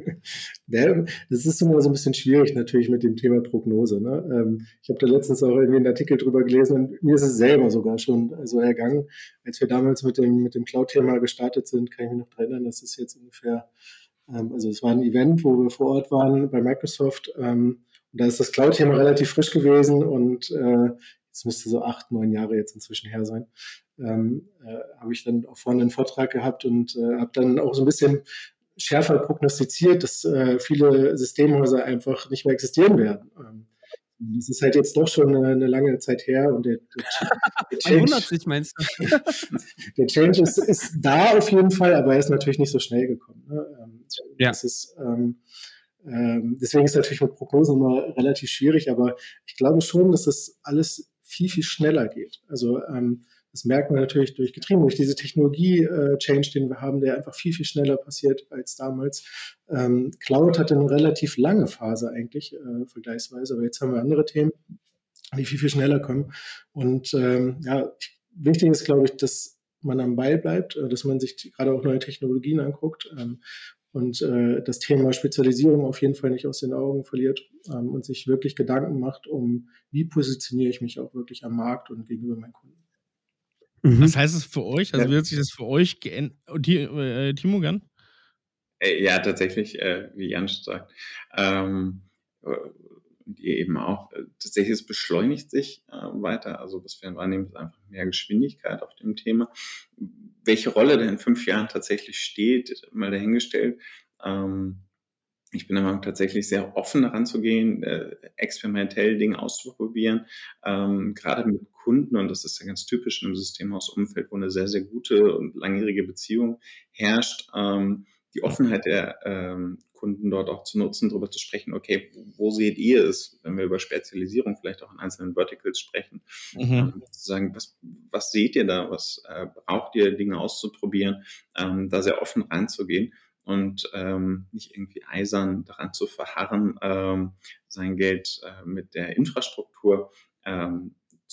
D: Ja, das ist immer so ein bisschen schwierig natürlich mit dem Thema Prognose. Ne? Ähm, ich habe da letztens auch irgendwie einen Artikel drüber gelesen und mir ist es selber sogar schon so ergangen, als wir damals mit dem, mit dem Cloud-Thema gestartet sind, kann ich mich noch daran erinnern, das ist jetzt ungefähr, ähm, also es war ein Event, wo wir vor Ort waren bei Microsoft ähm, und da ist das Cloud-Thema relativ frisch gewesen und äh, es müsste so acht, neun Jahre jetzt inzwischen her sein, ähm, äh, habe ich dann auch vorne einen Vortrag gehabt und äh, habe dann auch so ein bisschen schärfer prognostiziert, dass äh, viele Systemhäuser einfach nicht mehr existieren werden. Ähm, das ist halt jetzt doch schon eine, eine lange Zeit her und der, der, der
A: Change, wundert sich, meinst du?
D: Der Change ist, ist da auf jeden Fall, aber er ist natürlich nicht so schnell gekommen. Ne? Ähm,
A: ja.
D: Das ist, ähm, ähm, deswegen ist natürlich mit Prognosen immer relativ schwierig, aber ich glaube schon, dass das alles viel, viel schneller geht. Also ähm, das merkt man natürlich durch getrieben, durch diese Technologie-Change, äh, den wir haben, der einfach viel, viel schneller passiert als damals. Ähm, Cloud hatte eine relativ lange Phase eigentlich, äh, vergleichsweise, aber jetzt haben wir andere Themen, die viel, viel schneller kommen. Und ähm, ja, wichtig ist, glaube ich, dass man am Ball bleibt, äh, dass man sich gerade auch neue Technologien anguckt ähm, und äh, das Thema Spezialisierung auf jeden Fall nicht aus den Augen verliert ähm, und sich wirklich Gedanken macht, um wie positioniere ich mich auch wirklich am Markt und gegenüber meinen Kunden.
C: Mhm. Was heißt es für euch? Also, ja. Wie hat sich das für euch geändert? Äh, Timo, gern?
E: Ja, tatsächlich, äh, wie Jan sagt. Ähm, und ihr eben auch. Äh, tatsächlich, es beschleunigt sich äh, weiter. Also, was wir wahrnehmen, ist einfach mehr Geschwindigkeit auf dem Thema. Welche Rolle denn in fünf Jahren tatsächlich steht, mal dahingestellt. Ähm, Ich bin immer tatsächlich sehr offen daran zu gehen, äh, experimentell Dinge auszuprobieren, ähm, gerade mit Kunden, und das ist ja ganz typisch in einem Systemhausumfeld, wo eine sehr, sehr gute und langjährige Beziehung herrscht, ähm, die Offenheit der ähm, Kunden dort auch zu nutzen, darüber zu sprechen, okay, wo, wo seht ihr es, wenn wir über Spezialisierung vielleicht auch in einzelnen Verticals sprechen, mhm. ähm, zu sagen, was, was seht ihr da, was äh, braucht ihr, Dinge auszuprobieren, ähm, da sehr offen reinzugehen. Und ähm, nicht irgendwie eisern daran zu verharren, ähm, sein Geld äh, mit der Infrastruktur ähm,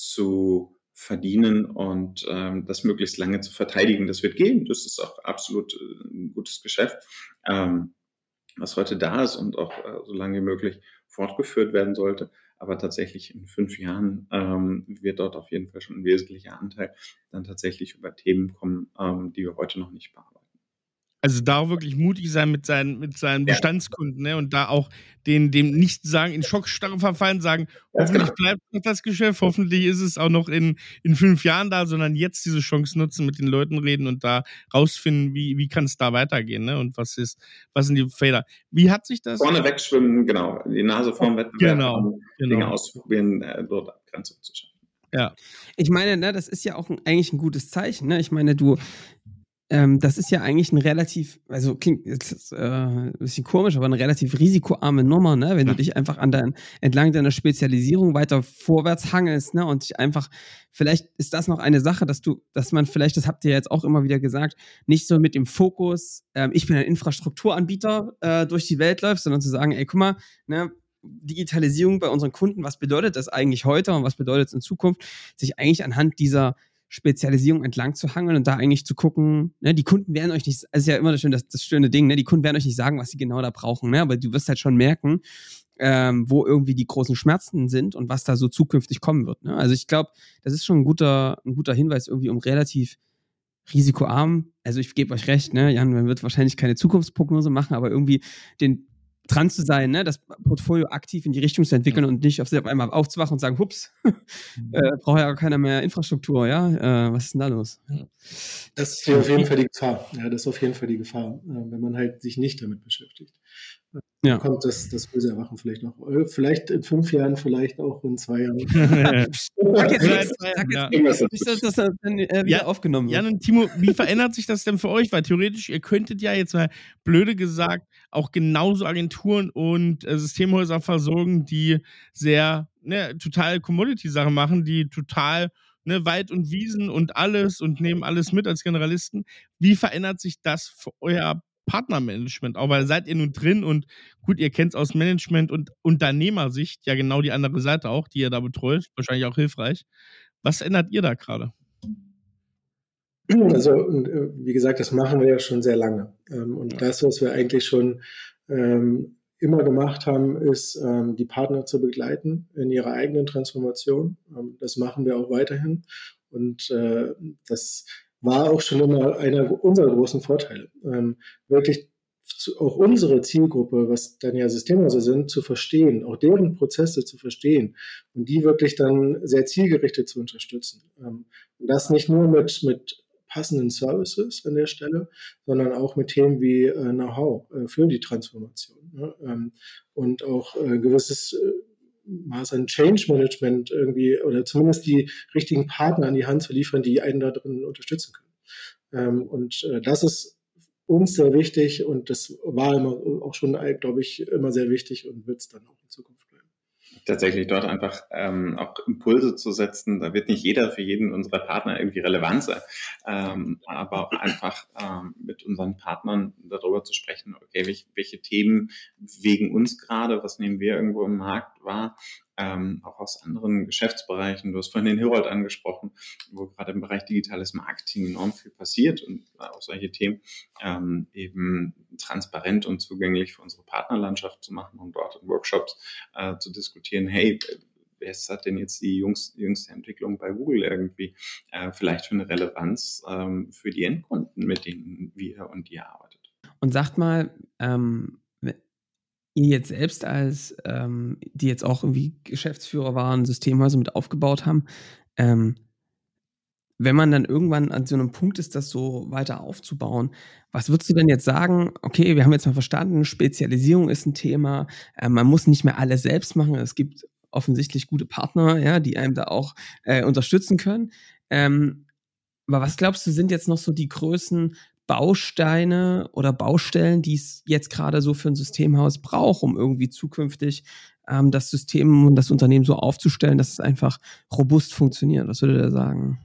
E: zu verdienen und ähm, das möglichst lange zu verteidigen. Das wird gehen. Das ist auch absolut äh, ein gutes Geschäft, ähm, was heute da ist und auch äh, so lange wie möglich fortgeführt werden sollte. Aber tatsächlich in fünf Jahren ähm, wird dort auf jeden Fall schon ein wesentlicher Anteil dann tatsächlich über Themen kommen, ähm, die wir heute noch nicht bearbeiten.
C: Also da wirklich mutig sein mit seinen, mit seinen ja. Bestandskunden, ne? Und da auch den, dem nicht sagen, in Schockstarre verfallen, sagen, ja, hoffentlich genau. bleibt noch das Geschäft, hoffentlich ist es auch noch in, in fünf Jahren da, sondern jetzt diese Chance nutzen, mit den Leuten reden und da rausfinden, wie, wie kann es da weitergehen, ne? Und was ist, was sind die Fehler? Wie hat sich das?
E: Vorne wegschwimmen, genau, die Nase vorm Wettbewerb,
C: genau,
E: um
C: genau.
E: Dinge auszuprobieren, äh, dort Abgrenzung zu schaffen.
A: Ja. Ich meine, ne, das ist ja auch ein, eigentlich ein gutes Zeichen, ne? Ich meine, du Ähm, das ist ja eigentlich ein relativ, also klingt jetzt äh, ein bisschen komisch, aber eine relativ risikoarme Nummer, ne? Wenn ja. du dich einfach an dein, entlang deiner Spezialisierung weiter vorwärts hangelst, ne? Und dich einfach, vielleicht ist das noch eine Sache, dass du, dass man vielleicht, das habt ihr jetzt auch immer wieder gesagt, nicht so mit dem Fokus, ähm, ich bin ein Infrastrukturanbieter, äh, durch die Welt läuft, sondern zu sagen, ey, guck mal, ne? Digitalisierung bei unseren Kunden, was bedeutet das eigentlich heute und was bedeutet es in Zukunft, sich eigentlich anhand dieser Spezialisierung entlang zu hangeln und da eigentlich zu gucken, ne, die Kunden werden euch nicht, also ist ja immer das schöne, das, das schöne Ding, ne, die Kunden werden euch nicht sagen, was sie genau da brauchen, ne, aber du wirst halt schon merken, ähm, wo irgendwie die großen Schmerzen sind und was da so zukünftig kommen wird, ne. Also ich glaube, das ist schon ein guter, ein guter Hinweis irgendwie, um relativ risikoarm, also ich gebe euch recht, ne, Jan, man wird wahrscheinlich keine Zukunftsprognose machen, aber irgendwie den dran zu sein, ne? Das Portfolio aktiv in die Richtung zu entwickeln und nicht auf, auf einmal aufzuwachen und sagen, hups, äh, braucht ja gar keiner mehr Infrastruktur, ja? Äh, was ist denn da los?
D: Das ist ja auf jeden Fall die Gefahr. Ja, das ist auf jeden Fall die Gefahr, äh, wenn man halt sich nicht damit beschäftigt. Dann
A: Ja.
D: kommt das, das böse Erwachen vielleicht noch. Äh, Vielleicht in fünf Jahren, vielleicht auch in zwei Jahren.
A: Sag jetzt
C: Oder
A: nichts,
C: in zwei
A: sag
C: Jahren,
A: jetzt
C: ja.
A: nicht, dass das dann äh, wieder
C: Ja,
A: aufgenommen wird.
C: Jan und Timo, wie verändert sich das denn für euch? Weil theoretisch, ihr könntet ja jetzt mal blöde gesagt auch genauso Agenturen und äh, Systemhäuser versorgen, die sehr, ne, total Commodity-Sachen machen, die total, ne, Wald und Wiesen und alles und nehmen alles mit als Generalisten. Wie verändert sich das für euer Partnermanagement? Auch weil seid ihr nun drin und gut, ihr kennt es aus Management und Unternehmersicht, ja genau die andere Seite auch, die ihr da betreut, wahrscheinlich auch hilfreich. Was ändert ihr da gerade?
D: Also, und, äh, wie gesagt, das machen wir ja schon sehr lange. Ähm, und
C: Ja.
D: das, was wir eigentlich schon ähm, immer gemacht haben, ist, ähm, die Partner zu begleiten in ihrer eigenen Transformation. Ähm, das machen wir auch weiterhin. Und äh, das war auch schon immer einer unserer großen Vorteile. Ähm, wirklich zu, auch unsere Zielgruppe, was dann ja Systemhäuser sind, zu verstehen, auch deren Prozesse zu verstehen und die wirklich dann sehr zielgerichtet zu unterstützen. Ähm, und das nicht nur mit, mit passenden Services an der Stelle, sondern auch mit Themen wie äh, Know-how äh, für die Transformation, ne? ähm, und auch ein äh, gewisses äh, Maß an Change Management irgendwie oder zumindest die richtigen Partner an die Hand zu liefern, die einen da drin unterstützen können. Ähm, und äh, das ist uns sehr wichtig und das war immer auch schon, glaube ich, immer sehr wichtig und wird es dann auch in Zukunft bleiben.
E: Tatsächlich dort einfach ähm, auch Impulse zu setzen. Da wird nicht jeder für jeden unserer Partner irgendwie relevant sein, ähm, aber auch einfach ähm, mit unseren Partnern darüber zu sprechen, okay, welche, welche Themen bewegen uns gerade, was nehmen wir irgendwo im Markt wahr, ähm, auch aus anderen Geschäftsbereichen. Du hast vorhin den Herold angesprochen, wo gerade im Bereich digitales Marketing enorm viel passiert und auch solche Themen ähm, eben transparent und zugänglich für unsere Partnerlandschaft zu machen und dort in Workshops äh, zu diskutieren, hey, wer hat denn jetzt die jüngste, jüngste Entwicklung bei Google irgendwie äh, vielleicht für eine Relevanz ähm, für die Endkunden, mit denen wir und ihr arbeitet?
A: Und sagt mal, ähm, ihr jetzt selbst als, ähm, die jetzt auch irgendwie Geschäftsführer waren, Systemhäuser mit aufgebaut haben, ähm, wenn man dann irgendwann an so einem Punkt ist, das so weiter aufzubauen, was würdest du denn jetzt sagen? Okay, wir haben jetzt mal verstanden, Spezialisierung ist ein Thema, äh, man muss nicht mehr alles selbst machen, es gibt offensichtlich gute Partner, ja, die einem da auch äh, unterstützen können. Ähm, aber was glaubst du, sind jetzt noch so die größten Bausteine oder Baustellen, die es jetzt gerade so für ein Systemhaus braucht, um irgendwie zukünftig ähm, das System und das Unternehmen so aufzustellen, dass es einfach robust funktioniert? Was würdet ihr sagen?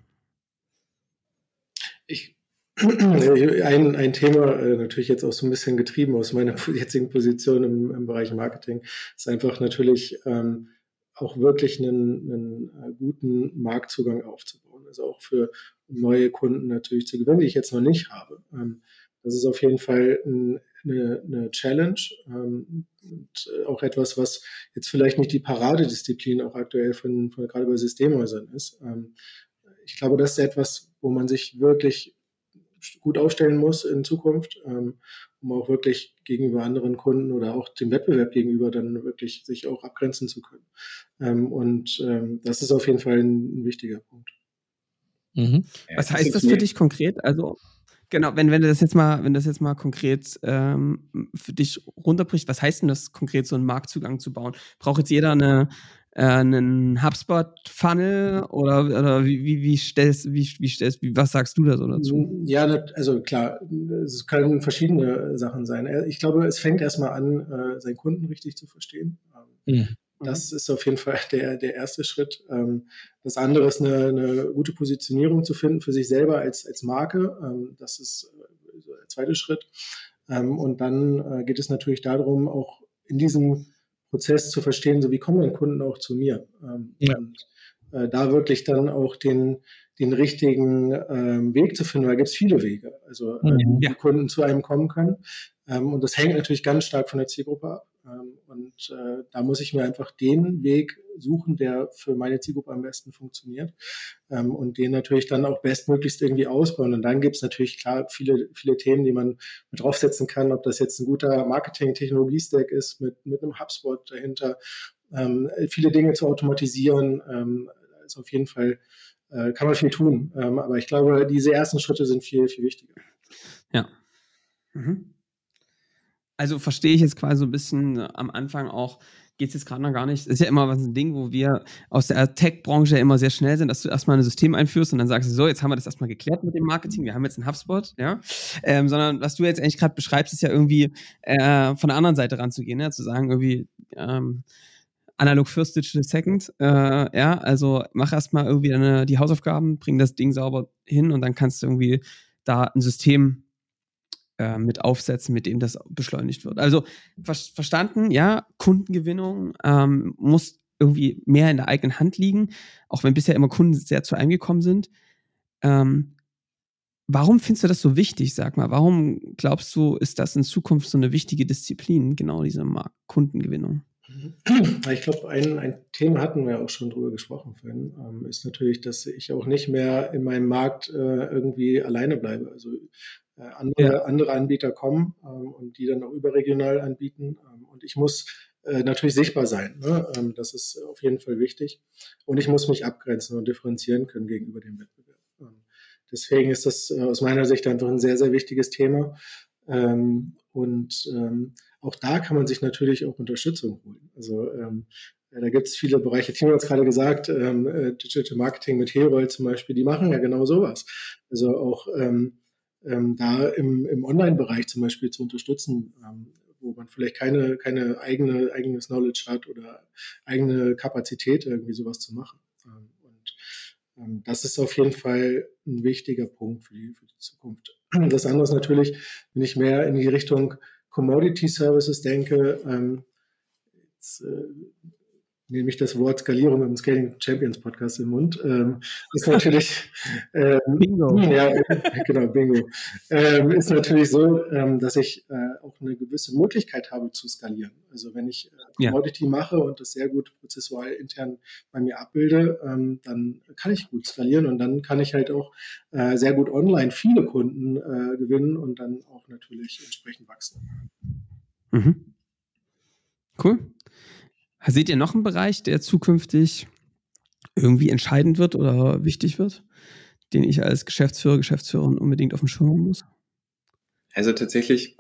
D: Ich, ein, ein Thema, äh, natürlich jetzt auch so ein bisschen getrieben aus meiner jetzigen Position im, im Bereich Marketing, ist einfach natürlich ähm, auch wirklich einen, einen äh, guten Marktzugang aufzubauen. Also auch für neue Kunden natürlich zu gewinnen, die ich jetzt noch nicht habe. Ähm, das ist auf jeden Fall ein, eine, eine Challenge ähm, und auch etwas, was jetzt vielleicht nicht die Paradedisziplin auch aktuell von, von gerade bei Systemhäusern ist. Ähm, ich glaube, das ist etwas, wo man sich wirklich gut aufstellen muss in Zukunft, ähm, um auch wirklich gegenüber anderen Kunden oder auch dem Wettbewerb gegenüber dann wirklich sich auch abgrenzen zu können. Ähm, und ähm, das ist auf jeden Fall ein, ein wichtiger Punkt.
A: Mhm. Was heißt das für dich konkret? Also genau, wenn, wenn du das jetzt mal, wenn das jetzt mal konkret ähm, für dich runterbricht, was heißt denn das konkret, so einen Marktzugang zu bauen? Braucht jetzt jeder eine äh, einen HubSpot-Funnel oder, oder wie, wie, wie stellst, wie, wie stellst, wie, was sagst du da so dazu?
D: Ja, also klar, es können verschiedene Sachen sein. Ich glaube, es fängt erstmal an, seinen Kunden richtig zu verstehen. Mhm. Das ist auf jeden Fall der, der erste Schritt. Das andere ist eine, eine gute Positionierung zu finden für sich selber als, als Marke. Das ist der zweite Schritt. Und dann geht es natürlich darum, auch in diesem Prozess zu verstehen, so wie kommen denn Kunden auch zu mir? Ja. Und äh, da wirklich dann auch den, den richtigen ähm, Weg zu finden, weil da gibt es viele Wege, also äh,
A: mhm.
D: wie Kunden zu einem kommen können. Ähm, und das hängt natürlich ganz stark von der Zielgruppe ab. Ähm, und und äh, da muss ich mir einfach den Weg suchen, der für meine Zielgruppe am besten funktioniert ähm, und den natürlich dann auch bestmöglichst irgendwie ausbauen. Und dann gibt es natürlich klar viele, viele Themen, die man mit draufsetzen kann, ob das jetzt ein guter Marketing-Technologie-Stack ist mit, mit einem HubSpot dahinter, ähm, viele Dinge zu automatisieren, ähm, ist auf jeden Fall, äh, kann man viel tun. Ähm, aber ich glaube, diese ersten Schritte sind viel, viel wichtiger.
A: Ja. Mhm. Also verstehe ich jetzt quasi so ein bisschen am Anfang auch, geht es jetzt gerade noch gar nicht, das ist ja immer was ein Ding, wo wir aus der Tech-Branche ja immer sehr schnell sind, dass du erstmal ein System einführst und dann sagst du so, jetzt haben wir das erstmal geklärt mit dem Marketing, wir haben jetzt einen HubSpot, ja, ähm, sondern was du jetzt eigentlich gerade beschreibst, ist ja irgendwie äh, von der anderen Seite ranzugehen, ja? Zu sagen irgendwie ähm, analog first, digital second, äh, ja, also mach erstmal irgendwie deine, die Hausaufgaben, bring das Ding sauber hin und dann kannst du irgendwie da ein System mit aufsetzen, mit dem das beschleunigt wird. Also ver- verstanden, ja, Kundengewinnung ähm, muss irgendwie mehr in der eigenen Hand liegen, auch wenn bisher immer Kunden sehr zu einem gekommen sind. Ähm, warum findest du das so wichtig, sag mal? Warum glaubst du, ist das in Zukunft so eine wichtige Disziplin, genau diese Markt- Kundengewinnung?
D: Ich glaube, ein, ein Thema hatten wir auch schon drüber gesprochen vorhin, ähm, ist natürlich, dass ich auch nicht mehr in meinem Markt äh, irgendwie alleine bleibe. Also äh, andere, ja. andere Anbieter kommen ähm, und die dann auch überregional anbieten. Ähm, und ich muss äh, natürlich sichtbar sein. Ne? Ähm, das ist auf jeden Fall wichtig. Und ich muss mich abgrenzen und differenzieren können gegenüber dem Wettbewerb. Ähm, deswegen ist das äh, aus meiner Sicht einfach ein sehr, sehr wichtiges Thema. Ähm, und ähm, auch da kann man sich natürlich auch Unterstützung holen. Also ähm, da gibt es viele Bereiche. Timo hat es gerade gesagt, ähm, Digital Marketing mit Herold zum Beispiel, die machen ja genau sowas. Also auch ähm, ähm, da im, im Online-Bereich zum Beispiel zu unterstützen, ähm, wo man vielleicht keine, keine eigene, eigenes Knowledge hat oder eigene Kapazität, irgendwie sowas zu machen. Ähm, und ähm, das ist auf jeden Fall ein wichtiger Punkt für die, für die Zukunft. Das andere ist natürlich, wenn ich mehr in die Richtung Commodity Services denke, ähm, jetzt, äh, nehme ich das Wort Skalierung im Scaling Champions Podcast im Mund, ähm, ist natürlich ähm,
A: Bingo.
D: Ja, genau, Bingo. Ähm, ist natürlich so, ähm, dass ich äh, auch eine gewisse Möglichkeit habe zu skalieren. Also wenn ich äh, Commodity ja. mache und das sehr gut prozessual intern bei mir abbilde, ähm, dann kann ich gut skalieren und dann kann ich halt auch äh, sehr gut online viele Kunden äh, gewinnen und dann auch natürlich entsprechend wachsen.
A: Mhm. Cool. Seht ihr noch einen Bereich, der zukünftig irgendwie entscheidend wird oder wichtig wird, den ich als Geschäftsführer, Geschäftsführerin unbedingt auf dem Schirm haben muss?
E: Also tatsächlich,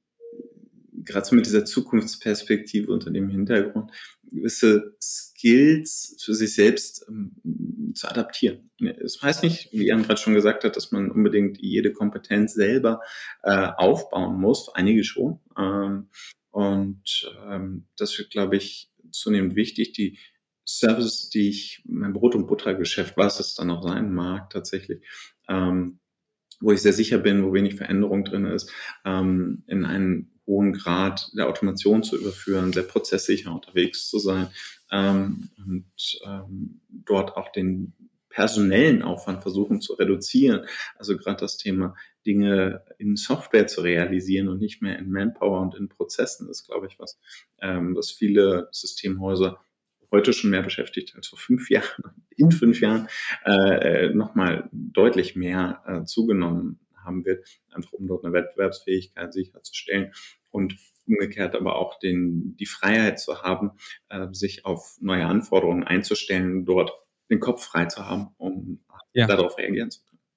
E: gerade so mit dieser Zukunftsperspektive unter dem Hintergrund, gewisse Skills für sich selbst ähm, zu adaptieren. Das heißt nicht, wie Jan gerade schon gesagt hat, dass man unbedingt jede Kompetenz selber äh, aufbauen muss, einige schon. Ähm, und ähm, das wird, glaube ich, zunehmend wichtig. Die Services, die ich, mein Brot- und Buttergeschäft, was es dann auch sein mag, tatsächlich, ähm, wo ich sehr sicher bin, wo wenig Veränderung drin ist, ähm, in einen hohen Grad der Automation zu überführen, sehr prozesssicher unterwegs zu sein ähm, und ähm, dort auch den personellen Aufwand versuchen zu reduzieren. Also gerade das Thema, Dinge in Software zu realisieren und nicht mehr in Manpower und in Prozessen, ist, glaube ich, was, ähm, was viele Systemhäuser heute schon mehr beschäftigt als vor fünf Jahren, in fünf Jahren äh, nochmal deutlich mehr äh, zugenommen haben wird, einfach um dort eine Wettbewerbsfähigkeit sicherzustellen und umgekehrt aber auch den, die Freiheit zu haben, äh, sich auf neue Anforderungen einzustellen, dort den Kopf frei zu haben, um ja. darauf reagieren zu können.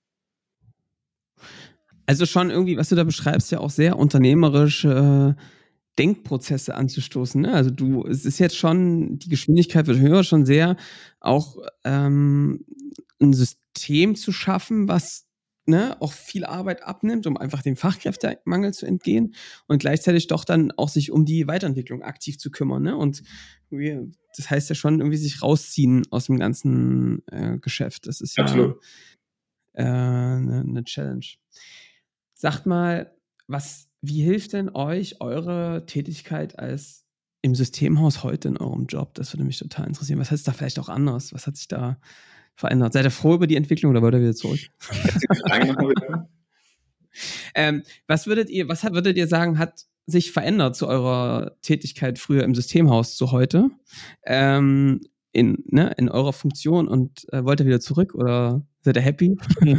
A: Also schon irgendwie, was du da beschreibst, ja auch sehr unternehmerisch äh, Denkprozesse anzustoßen. Ne? Also du, es ist jetzt schon, die Geschwindigkeit wird höher, schon sehr auch ähm, ein System zu schaffen, was ne, auch viel Arbeit abnimmt, um einfach dem Fachkräftemangel zu entgehen und gleichzeitig doch dann auch sich um die Weiterentwicklung aktiv zu kümmern. Ne? Und das heißt ja schon irgendwie sich rausziehen aus dem ganzen äh, Geschäft. Das ist ja
E: Absolut.
A: Äh, eine, eine Challenge. Sagt mal, was, wie hilft denn euch eure Tätigkeit als im Systemhaus heute in eurem Job? Das würde mich total interessieren. Was ist da vielleicht auch anders? Was hat sich da verändert? Seid ihr froh über die Entwicklung oder wollt ihr wieder zurück?
E: Die Frage nochmal bitte.
A: ähm, was würdet ihr, was würdet ihr sagen, hat sich verändert zu eurer Tätigkeit früher im Systemhaus zu heute? Ähm, in, ne, in eurer Funktion und äh, wollt ihr wieder zurück oder seid ihr happy?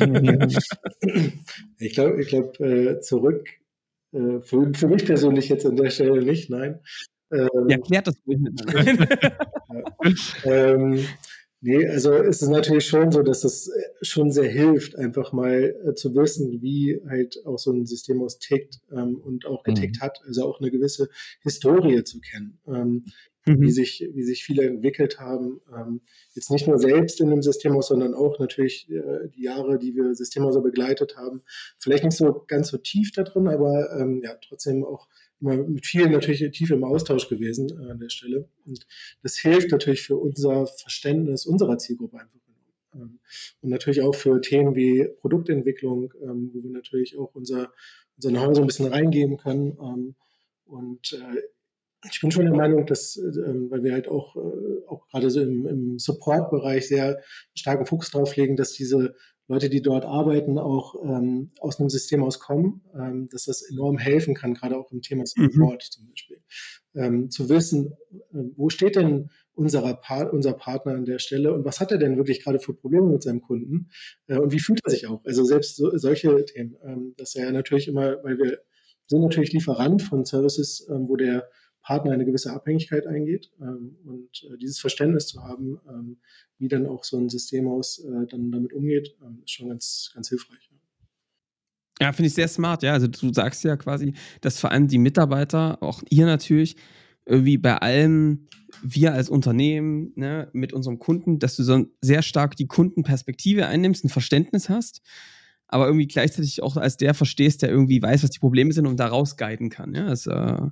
D: Ich glaube, ich glaub, äh, zurück, äh, für, für mich persönlich jetzt an der Stelle nicht, nein. Ähm,
A: ja, klärt das ruhig miteinander.
D: ja. ähm, nee, also es ist natürlich schon so, dass es schon sehr hilft, einfach mal äh, zu wissen, wie halt auch so ein Systemhaus tickt ähm, und auch getickt mhm. hat, also auch eine gewisse Historie zu kennen. Ähm, Mhm. wie sich, wie sich viele entwickelt haben. Ähm, jetzt nicht nur selbst in dem Systemhaus, sondern auch natürlich äh, die Jahre, die wir Systemhäuser begleitet haben. Vielleicht nicht so ganz so tief da drin, aber ähm, ja, trotzdem auch immer mit vielen natürlich tief im Austausch gewesen äh, an der Stelle. Und das hilft natürlich für unser Verständnis unserer Zielgruppe einfach. Ähm, und natürlich auch für Themen wie Produktentwicklung, ähm, wo wir natürlich auch unser, unser Know-how so ein bisschen reingeben können. Ähm, und äh, ich bin schon der Meinung, dass, ähm, weil wir halt auch, äh, auch gerade so im, im Support-Bereich sehr starken Fokus drauf legen, dass diese Leute, die dort arbeiten, auch ähm, aus einem Systemhaus kommen, ähm, dass das enorm helfen kann, gerade auch im Thema Support mhm. zum Beispiel. Ähm, zu wissen, äh, wo steht denn unserer Part, unser Partner an der Stelle und was hat er denn wirklich gerade für Probleme mit seinem Kunden äh, und wie fühlt er sich auch? Also selbst so, solche Themen, ähm, dass er natürlich immer, weil wir sind natürlich Lieferant von Services, ähm, wo der Partner eine gewisse Abhängigkeit eingeht ähm, und äh, dieses Verständnis zu haben, ähm, wie dann auch so ein Systemhaus äh, dann damit umgeht, ähm, ist schon ganz, ganz hilfreich. Ja,
A: ja finde ich sehr smart, ja. Also du sagst ja quasi, dass vor allem die Mitarbeiter, auch ihr natürlich, irgendwie bei allem, wir als Unternehmen, ne, mit unserem Kunden, dass du so sehr stark die Kundenperspektive einnimmst, ein Verständnis hast, aber irgendwie gleichzeitig auch als der verstehst, der irgendwie weiß, was die Probleme sind und da rausguiden kann. Ja, das äh,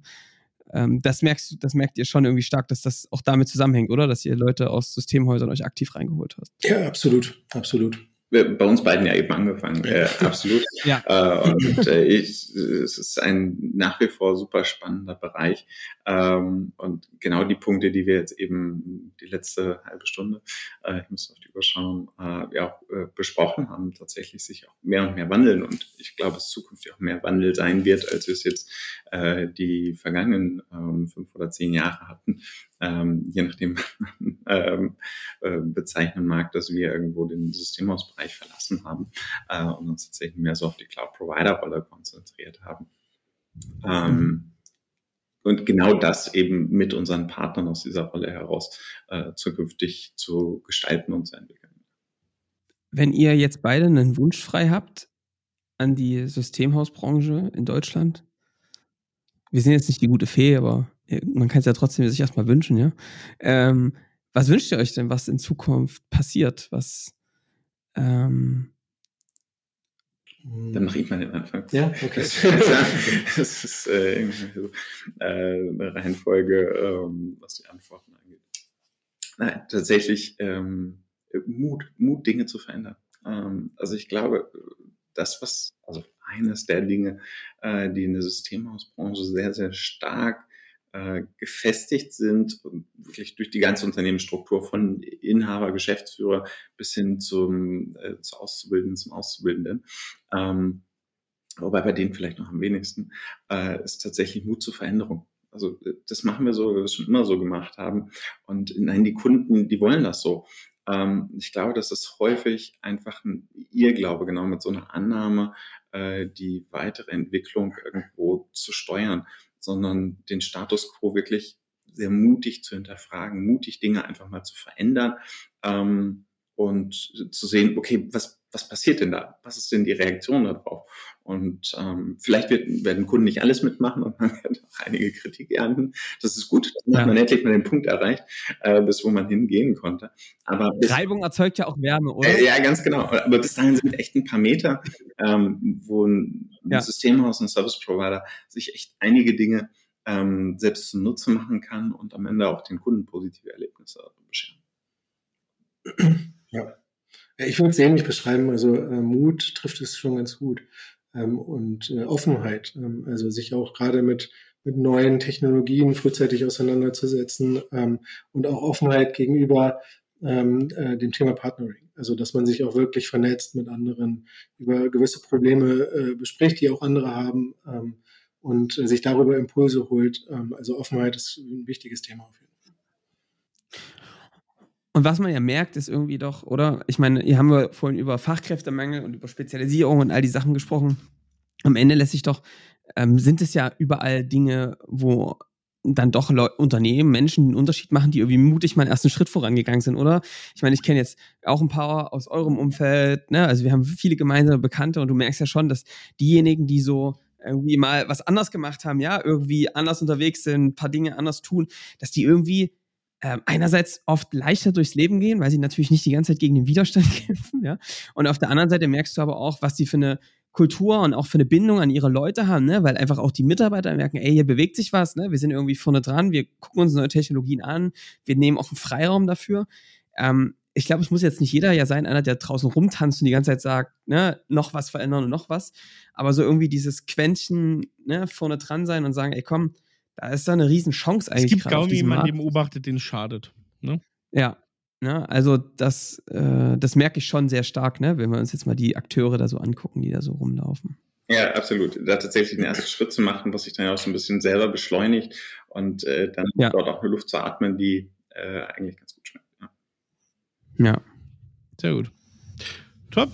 A: Das merkst du, das merkt ihr schon irgendwie stark, dass das auch damit zusammenhängt, oder? Dass ihr Leute aus Systemhäusern euch aktiv reingeholt habt.
D: Ja, absolut, absolut.
E: Bei uns beiden ja eben angefangen, äh, absolut.
A: Ja.
E: Äh, und äh, ich, es ist ein nach wie vor super spannender Bereich. Ähm, und genau die Punkte, die wir jetzt eben die letzte halbe Stunde, äh, ich muss auf die Uhr schauen, äh, ja auch äh, besprochen haben, tatsächlich sich auch mehr und mehr wandeln. Und ich glaube, es zukünftig auch mehr Wandel sein wird, als es jetzt äh, die vergangenen ähm, fünf oder zehn Jahre hatten. Ähm, je nachdem ähm, äh, bezeichnen mag, dass wir irgendwo den Systemhausbereich verlassen haben äh, und uns tatsächlich mehr so auf die Cloud-Provider-Rolle konzentriert haben. Ähm, und genau das eben mit unseren Partnern aus dieser Rolle heraus äh, zukünftig zu gestalten und zu entwickeln.
A: Wenn ihr jetzt beide einen Wunsch frei habt an die Systemhausbranche in Deutschland, wir sind jetzt nicht die gute Fee, aber man kann es ja trotzdem sich erstmal wünschen, ja. Ähm, was wünscht ihr euch denn, was in Zukunft passiert? Was ähm
E: Dann mache ich mal den Anfang.
D: Ja, okay.
E: Das ist äh, irgendwie so, äh, eine Reihenfolge, ähm, was die Antworten angeht. Nein, tatsächlich ähm, Mut, Mut, Dinge zu verändern. Ähm, also ich glaube, das, was, also eines der Dinge, äh, die in der Systemhausbranche sehr, sehr stark äh, gefestigt sind, und wirklich durch die ganze Unternehmensstruktur von Inhaber, Geschäftsführer bis hin zum, äh, zu Auszubildenden, zum Auszubildenden, ähm, wobei bei denen vielleicht noch am wenigsten, äh, ist tatsächlich Mut zur Veränderung. Also das machen wir so, wie wir es schon immer so gemacht haben. Und nein, die Kunden, die wollen das so. Ähm, ich glaube, das ist häufig einfach ein Irrglaube, genau mit so einer Annahme, äh, die weitere Entwicklung irgendwo zu steuern, sondern den Status quo wirklich sehr mutig zu hinterfragen, mutig Dinge einfach mal zu verändern ähm, und zu sehen, okay, was, was passiert denn da? Was ist denn die Reaktion darauf? Und ähm, vielleicht wird, werden Kunden nicht alles mitmachen und man wird auch einige Kritik ernten. Das ist gut, dann ja. hat man endlich mal den Punkt erreicht, äh, bis wo man hingehen konnte. Aber bis,
A: Reibung erzeugt ja auch Wärme, oder?
E: Äh, ja, ganz genau. Aber bis dahin sind echt ein paar Meter, ähm, wo ein, ein ja. Systemhaus, ein Service Provider sich echt einige Dinge ähm, selbst zunutze machen kann und am Ende auch den Kunden positive Erlebnisse bescheren.
D: Ja. Ja, ich würde es ähnlich beschreiben. Also äh, Mut trifft es schon ganz gut. Ähm, und äh, Offenheit. Ähm, also sich auch gerade mit, mit neuen Technologien frühzeitig auseinanderzusetzen ähm, und auch Offenheit gegenüber ähm, äh, dem Thema Partnering. Also dass man sich auch wirklich vernetzt mit anderen, über gewisse Probleme äh, bespricht, die auch andere haben. Ähm, und äh, sich darüber Impulse holt. Ähm, also Offenheit ist ein wichtiges Thema auf jeden Fall.
A: Und was man ja merkt, ist irgendwie doch, oder? Ich meine, hier haben wir vorhin über Fachkräftemangel und über Spezialisierung und all die Sachen gesprochen. Am Ende lässt sich doch, ähm, sind es ja überall Dinge, wo dann doch Leu- Unternehmen, Menschen einen Unterschied machen, die irgendwie mutig mal einen ersten Schritt vorangegangen sind, oder? Ich meine, ich kenne jetzt auch ein paar aus eurem Umfeld, ne? Also wir haben viele gemeinsame Bekannte und du merkst ja schon, dass diejenigen, die so irgendwie mal was anders gemacht haben, ja, irgendwie anders unterwegs sind, ein paar Dinge anders tun, dass die irgendwie ähm, einerseits oft leichter durchs Leben gehen, weil sie natürlich nicht die ganze Zeit gegen den Widerstand kämpfen, ja. Und auf der anderen Seite merkst du aber auch, was die für eine Kultur und auch für eine Bindung an ihre Leute haben, ne? Weil einfach auch die Mitarbeiter merken, ey, hier bewegt sich was, ne? Wir sind irgendwie vorne dran, wir gucken uns neue Technologien an, wir nehmen auch einen Freiraum dafür. Ähm, ich glaube, es muss jetzt nicht jeder ja sein, einer, der draußen rumtanzt und die ganze Zeit sagt, ne, noch was verändern und noch was, aber so irgendwie dieses Quäntchen, ne, vorne dran sein und sagen, ey, komm, da ist da eine riesen Chance eigentlich.
C: Es gibt
A: gerade auf
C: kaum
A: diesem
C: jemanden,
A: Markt.
C: den beobachtet, den es schadet. Ne?
A: Ja, ne, also das, äh, das merke ich schon sehr stark, ne, wenn wir uns jetzt mal die Akteure da so angucken, die da so rumlaufen.
E: Ja, absolut. Da tatsächlich den ersten Schritt zu machen, was sich dann ja auch so ein bisschen selber beschleunigt und äh, dann
A: Ja.
E: dort auch eine Luft zu atmen, die äh, eigentlich ganz gut schmeckt. Ja.
A: Ja.
C: Sehr gut. Top.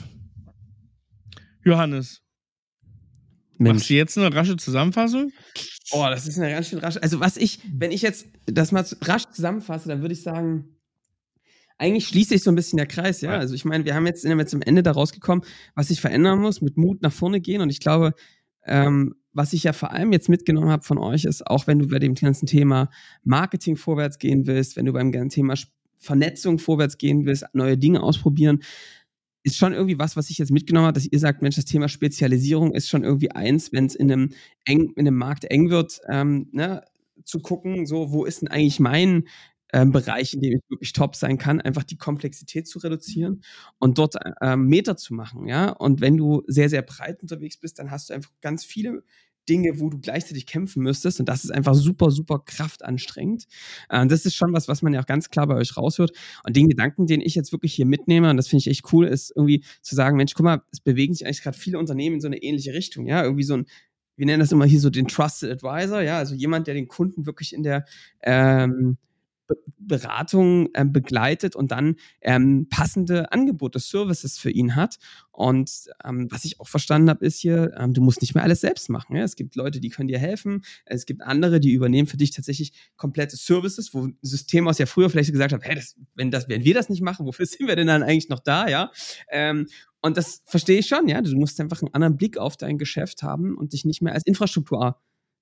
C: Johannes,
A: Mensch.
C: machst du jetzt eine rasche Zusammenfassung?
A: Oh, das ist eine ganz schön rasch. Also was ich, wenn ich jetzt das mal zu- rasch zusammenfasse, dann würde ich sagen, eigentlich schließt sich so ein bisschen der Kreis, ja.
C: Ja.
A: Also ich meine, wir haben jetzt, sind jetzt am Ende da rausgekommen, was sich verändern muss, mit Mut nach vorne gehen. Und ich glaube, ähm, was ich ja vor allem jetzt mitgenommen habe von euch, ist, auch wenn du bei dem ganzen Thema Marketing vorwärts gehen willst, wenn du beim ganzen Thema Sp- Vernetzung vorwärts gehen willst, neue Dinge ausprobieren, ist schon irgendwie was, was ich jetzt mitgenommen habe, dass ihr sagt, Mensch, das Thema Spezialisierung ist schon irgendwie eins, wenn es in einem eng, in einem Markt eng wird, ähm, ne, zu gucken, so, wo ist denn eigentlich mein ähm, Bereich, in dem ich wirklich top sein kann, einfach die Komplexität zu reduzieren und dort ähm, Meter zu machen, ja. Und wenn du sehr, sehr breit unterwegs bist, dann hast du einfach ganz viele Dinge, wo du gleichzeitig kämpfen müsstest und das ist einfach super, super kraftanstrengend. Äh, das ist schon was, was man ja auch ganz klar bei euch raushört. Und den Gedanken, den ich jetzt wirklich hier mitnehme, und das finde ich echt cool, ist irgendwie zu sagen, Mensch, guck mal, es bewegen sich eigentlich gerade viele Unternehmen in so eine ähnliche Richtung, ja, irgendwie so ein, wir nennen das immer hier so den Trusted Advisor, ja, also jemand, der den Kunden wirklich in der ähm, Be- Beratung ähm, begleitet und dann ähm, passende Angebote, Services für ihn hat. Und ähm, was ich auch verstanden habe, ist hier, ähm, du musst nicht mehr alles selbst machen. Ja? Es gibt Leute, die können dir helfen. Es gibt andere, die übernehmen für dich tatsächlich komplette Services, wo ein System aus ja früher vielleicht gesagt hat, hey, das, wenn, das, wenn wir das nicht machen, wofür sind wir denn dann eigentlich noch da? Ja. Ähm, und das verstehe ich schon, ja. Du musst einfach einen anderen Blick auf dein Geschäft haben und dich nicht mehr als Infrastrukturschieber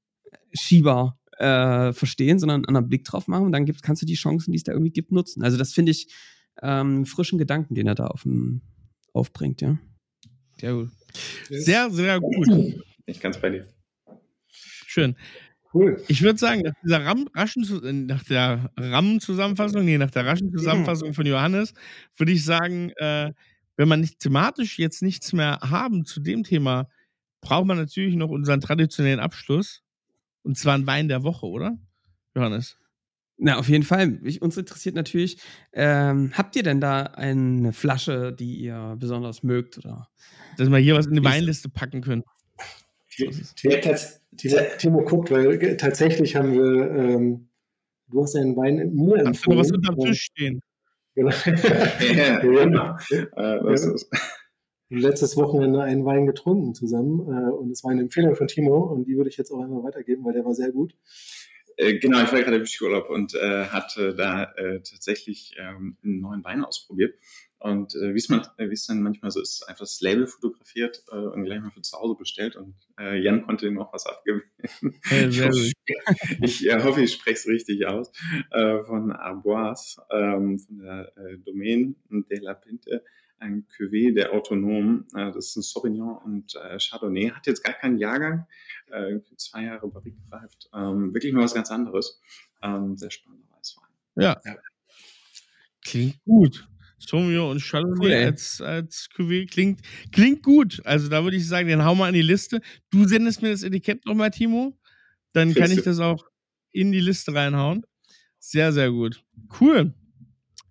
A: äh, verstehen, sondern einen anderen Blick drauf machen und dann gibt, kannst du die Chancen, die es da irgendwie gibt, nutzen. Also das finde ich ähm, einen frischen Gedanken, den er da auf, dem, aufbringt, ja.
C: Sehr gut. Sehr, sehr gut.
E: Ich ganz bei dir.
C: Schön.
D: Cool.
C: Ich würde sagen, nach dieser Ram raschen, Zu- äh, nach der RAM-Zusammenfassung, nee, nach der raschen Zusammenfassung von Johannes, würde ich sagen, äh, wenn man nicht thematisch jetzt nichts mehr haben zu dem Thema, braucht man natürlich noch unseren traditionellen Abschluss. Und zwar ein Wein der Woche, oder? Johannes.
A: Na, auf jeden Fall. Ich, uns interessiert natürlich, ähm, habt ihr denn da eine Flasche, die ihr besonders mögt? Oder?
C: Dass wir hier was in die
A: Ist-
C: Weinliste packen können.
D: Ja, tats dieser Timo guckt, weil ge- tatsächlich haben wir, ähm, du hast einen Wein mir
C: Hast du noch was
D: empfohlen.
C: unterm Tisch stehen?
D: Genau.
E: Ja,
D: Wir haben
E: genau. Äh, das
D: Ja.
E: ist,
D: letztes Wochenende einen Wein getrunken zusammen äh, und es war eine Empfehlung von Timo und die würde ich jetzt auch einmal weitergeben, weil der war sehr gut.
E: Äh, genau, ich war gerade im Skiurlaub und äh, hatte da äh, tatsächlich ähm, einen neuen Wein ausprobiert. Und äh, wie es man, äh, wie es dann manchmal so ist, einfach das Label fotografiert äh, und gleich mal für zu Hause bestellt. Und äh, Jan konnte ihm auch was abgeben.
C: Ja,
E: ich
C: sehr
E: hoffe,
C: gut.
E: ich, ich äh, hoffe, ich spreche es richtig aus. Äh, von Arboise, ähm, von der äh, Domaine de la Pinte. Ein Cuvée der Autonomen. Äh, das ist ein Sauvignon und äh, Chardonnay. Hat jetzt gar keinen Jahrgang. Äh, irgendwie zwei Jahre Barrique gereift. Ähm, wirklich mal was ganz anderes. Ähm, sehr spannender Weißwein.
C: Ja.
D: Ja.
C: Klingt gut. Sauvignon und Chardonnay
A: Cool, ey.
C: als, als Cuvée klingt, klingt gut. Also da würde ich sagen, den hau mal in die Liste. Du sendest mir das Etikett nochmal, Timo. Dann kann
E: Kriegst
C: ich
E: du.
C: das auch in die Liste reinhauen. Sehr, sehr gut. Cool.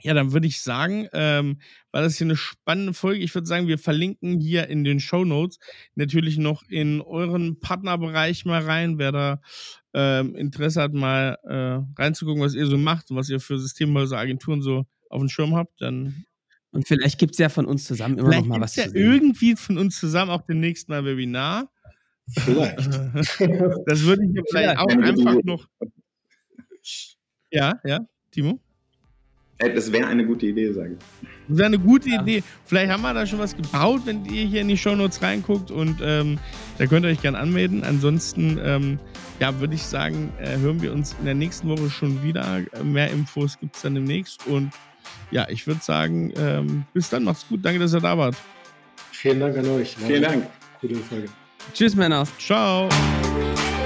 C: Ja, dann würde ich sagen, ähm, war das hier eine spannende Folge. Ich würde sagen, wir verlinken hier in den Shownotes natürlich noch in euren Partnerbereich mal rein, wer da ähm, Interesse hat, mal äh, reinzugucken, was ihr so macht und was ihr für Systemhäuser, Agenturen so auf dem Schirm habt, dann
A: Und vielleicht gibt es ja von uns zusammen immer noch mal was
C: ja
A: zu sehen.
C: irgendwie von uns zusammen auch demnächst mal ein Webinar.
D: Vielleicht.
C: Das würde ich ja vielleicht auch einfach noch. Ja, ja, Timo?
E: Das wäre eine gute Idee, sage ich.
C: Das wäre eine gute ja. Idee. Vielleicht haben wir da schon was gebaut, wenn ihr hier in die Shownotes reinguckt und ähm, da könnt ihr euch gerne anmelden. Ansonsten, ähm, ja, würde ich sagen, äh, hören wir uns in der nächsten Woche schon wieder. Mehr Infos gibt es dann demnächst und ja, ich würde sagen, ähm, bis dann, macht's gut. Danke, dass ihr da wart.
D: Vielen Dank an euch.
E: Vielen Dank.
D: Gute Folge.
A: Tschüss, Männer.
C: Ciao.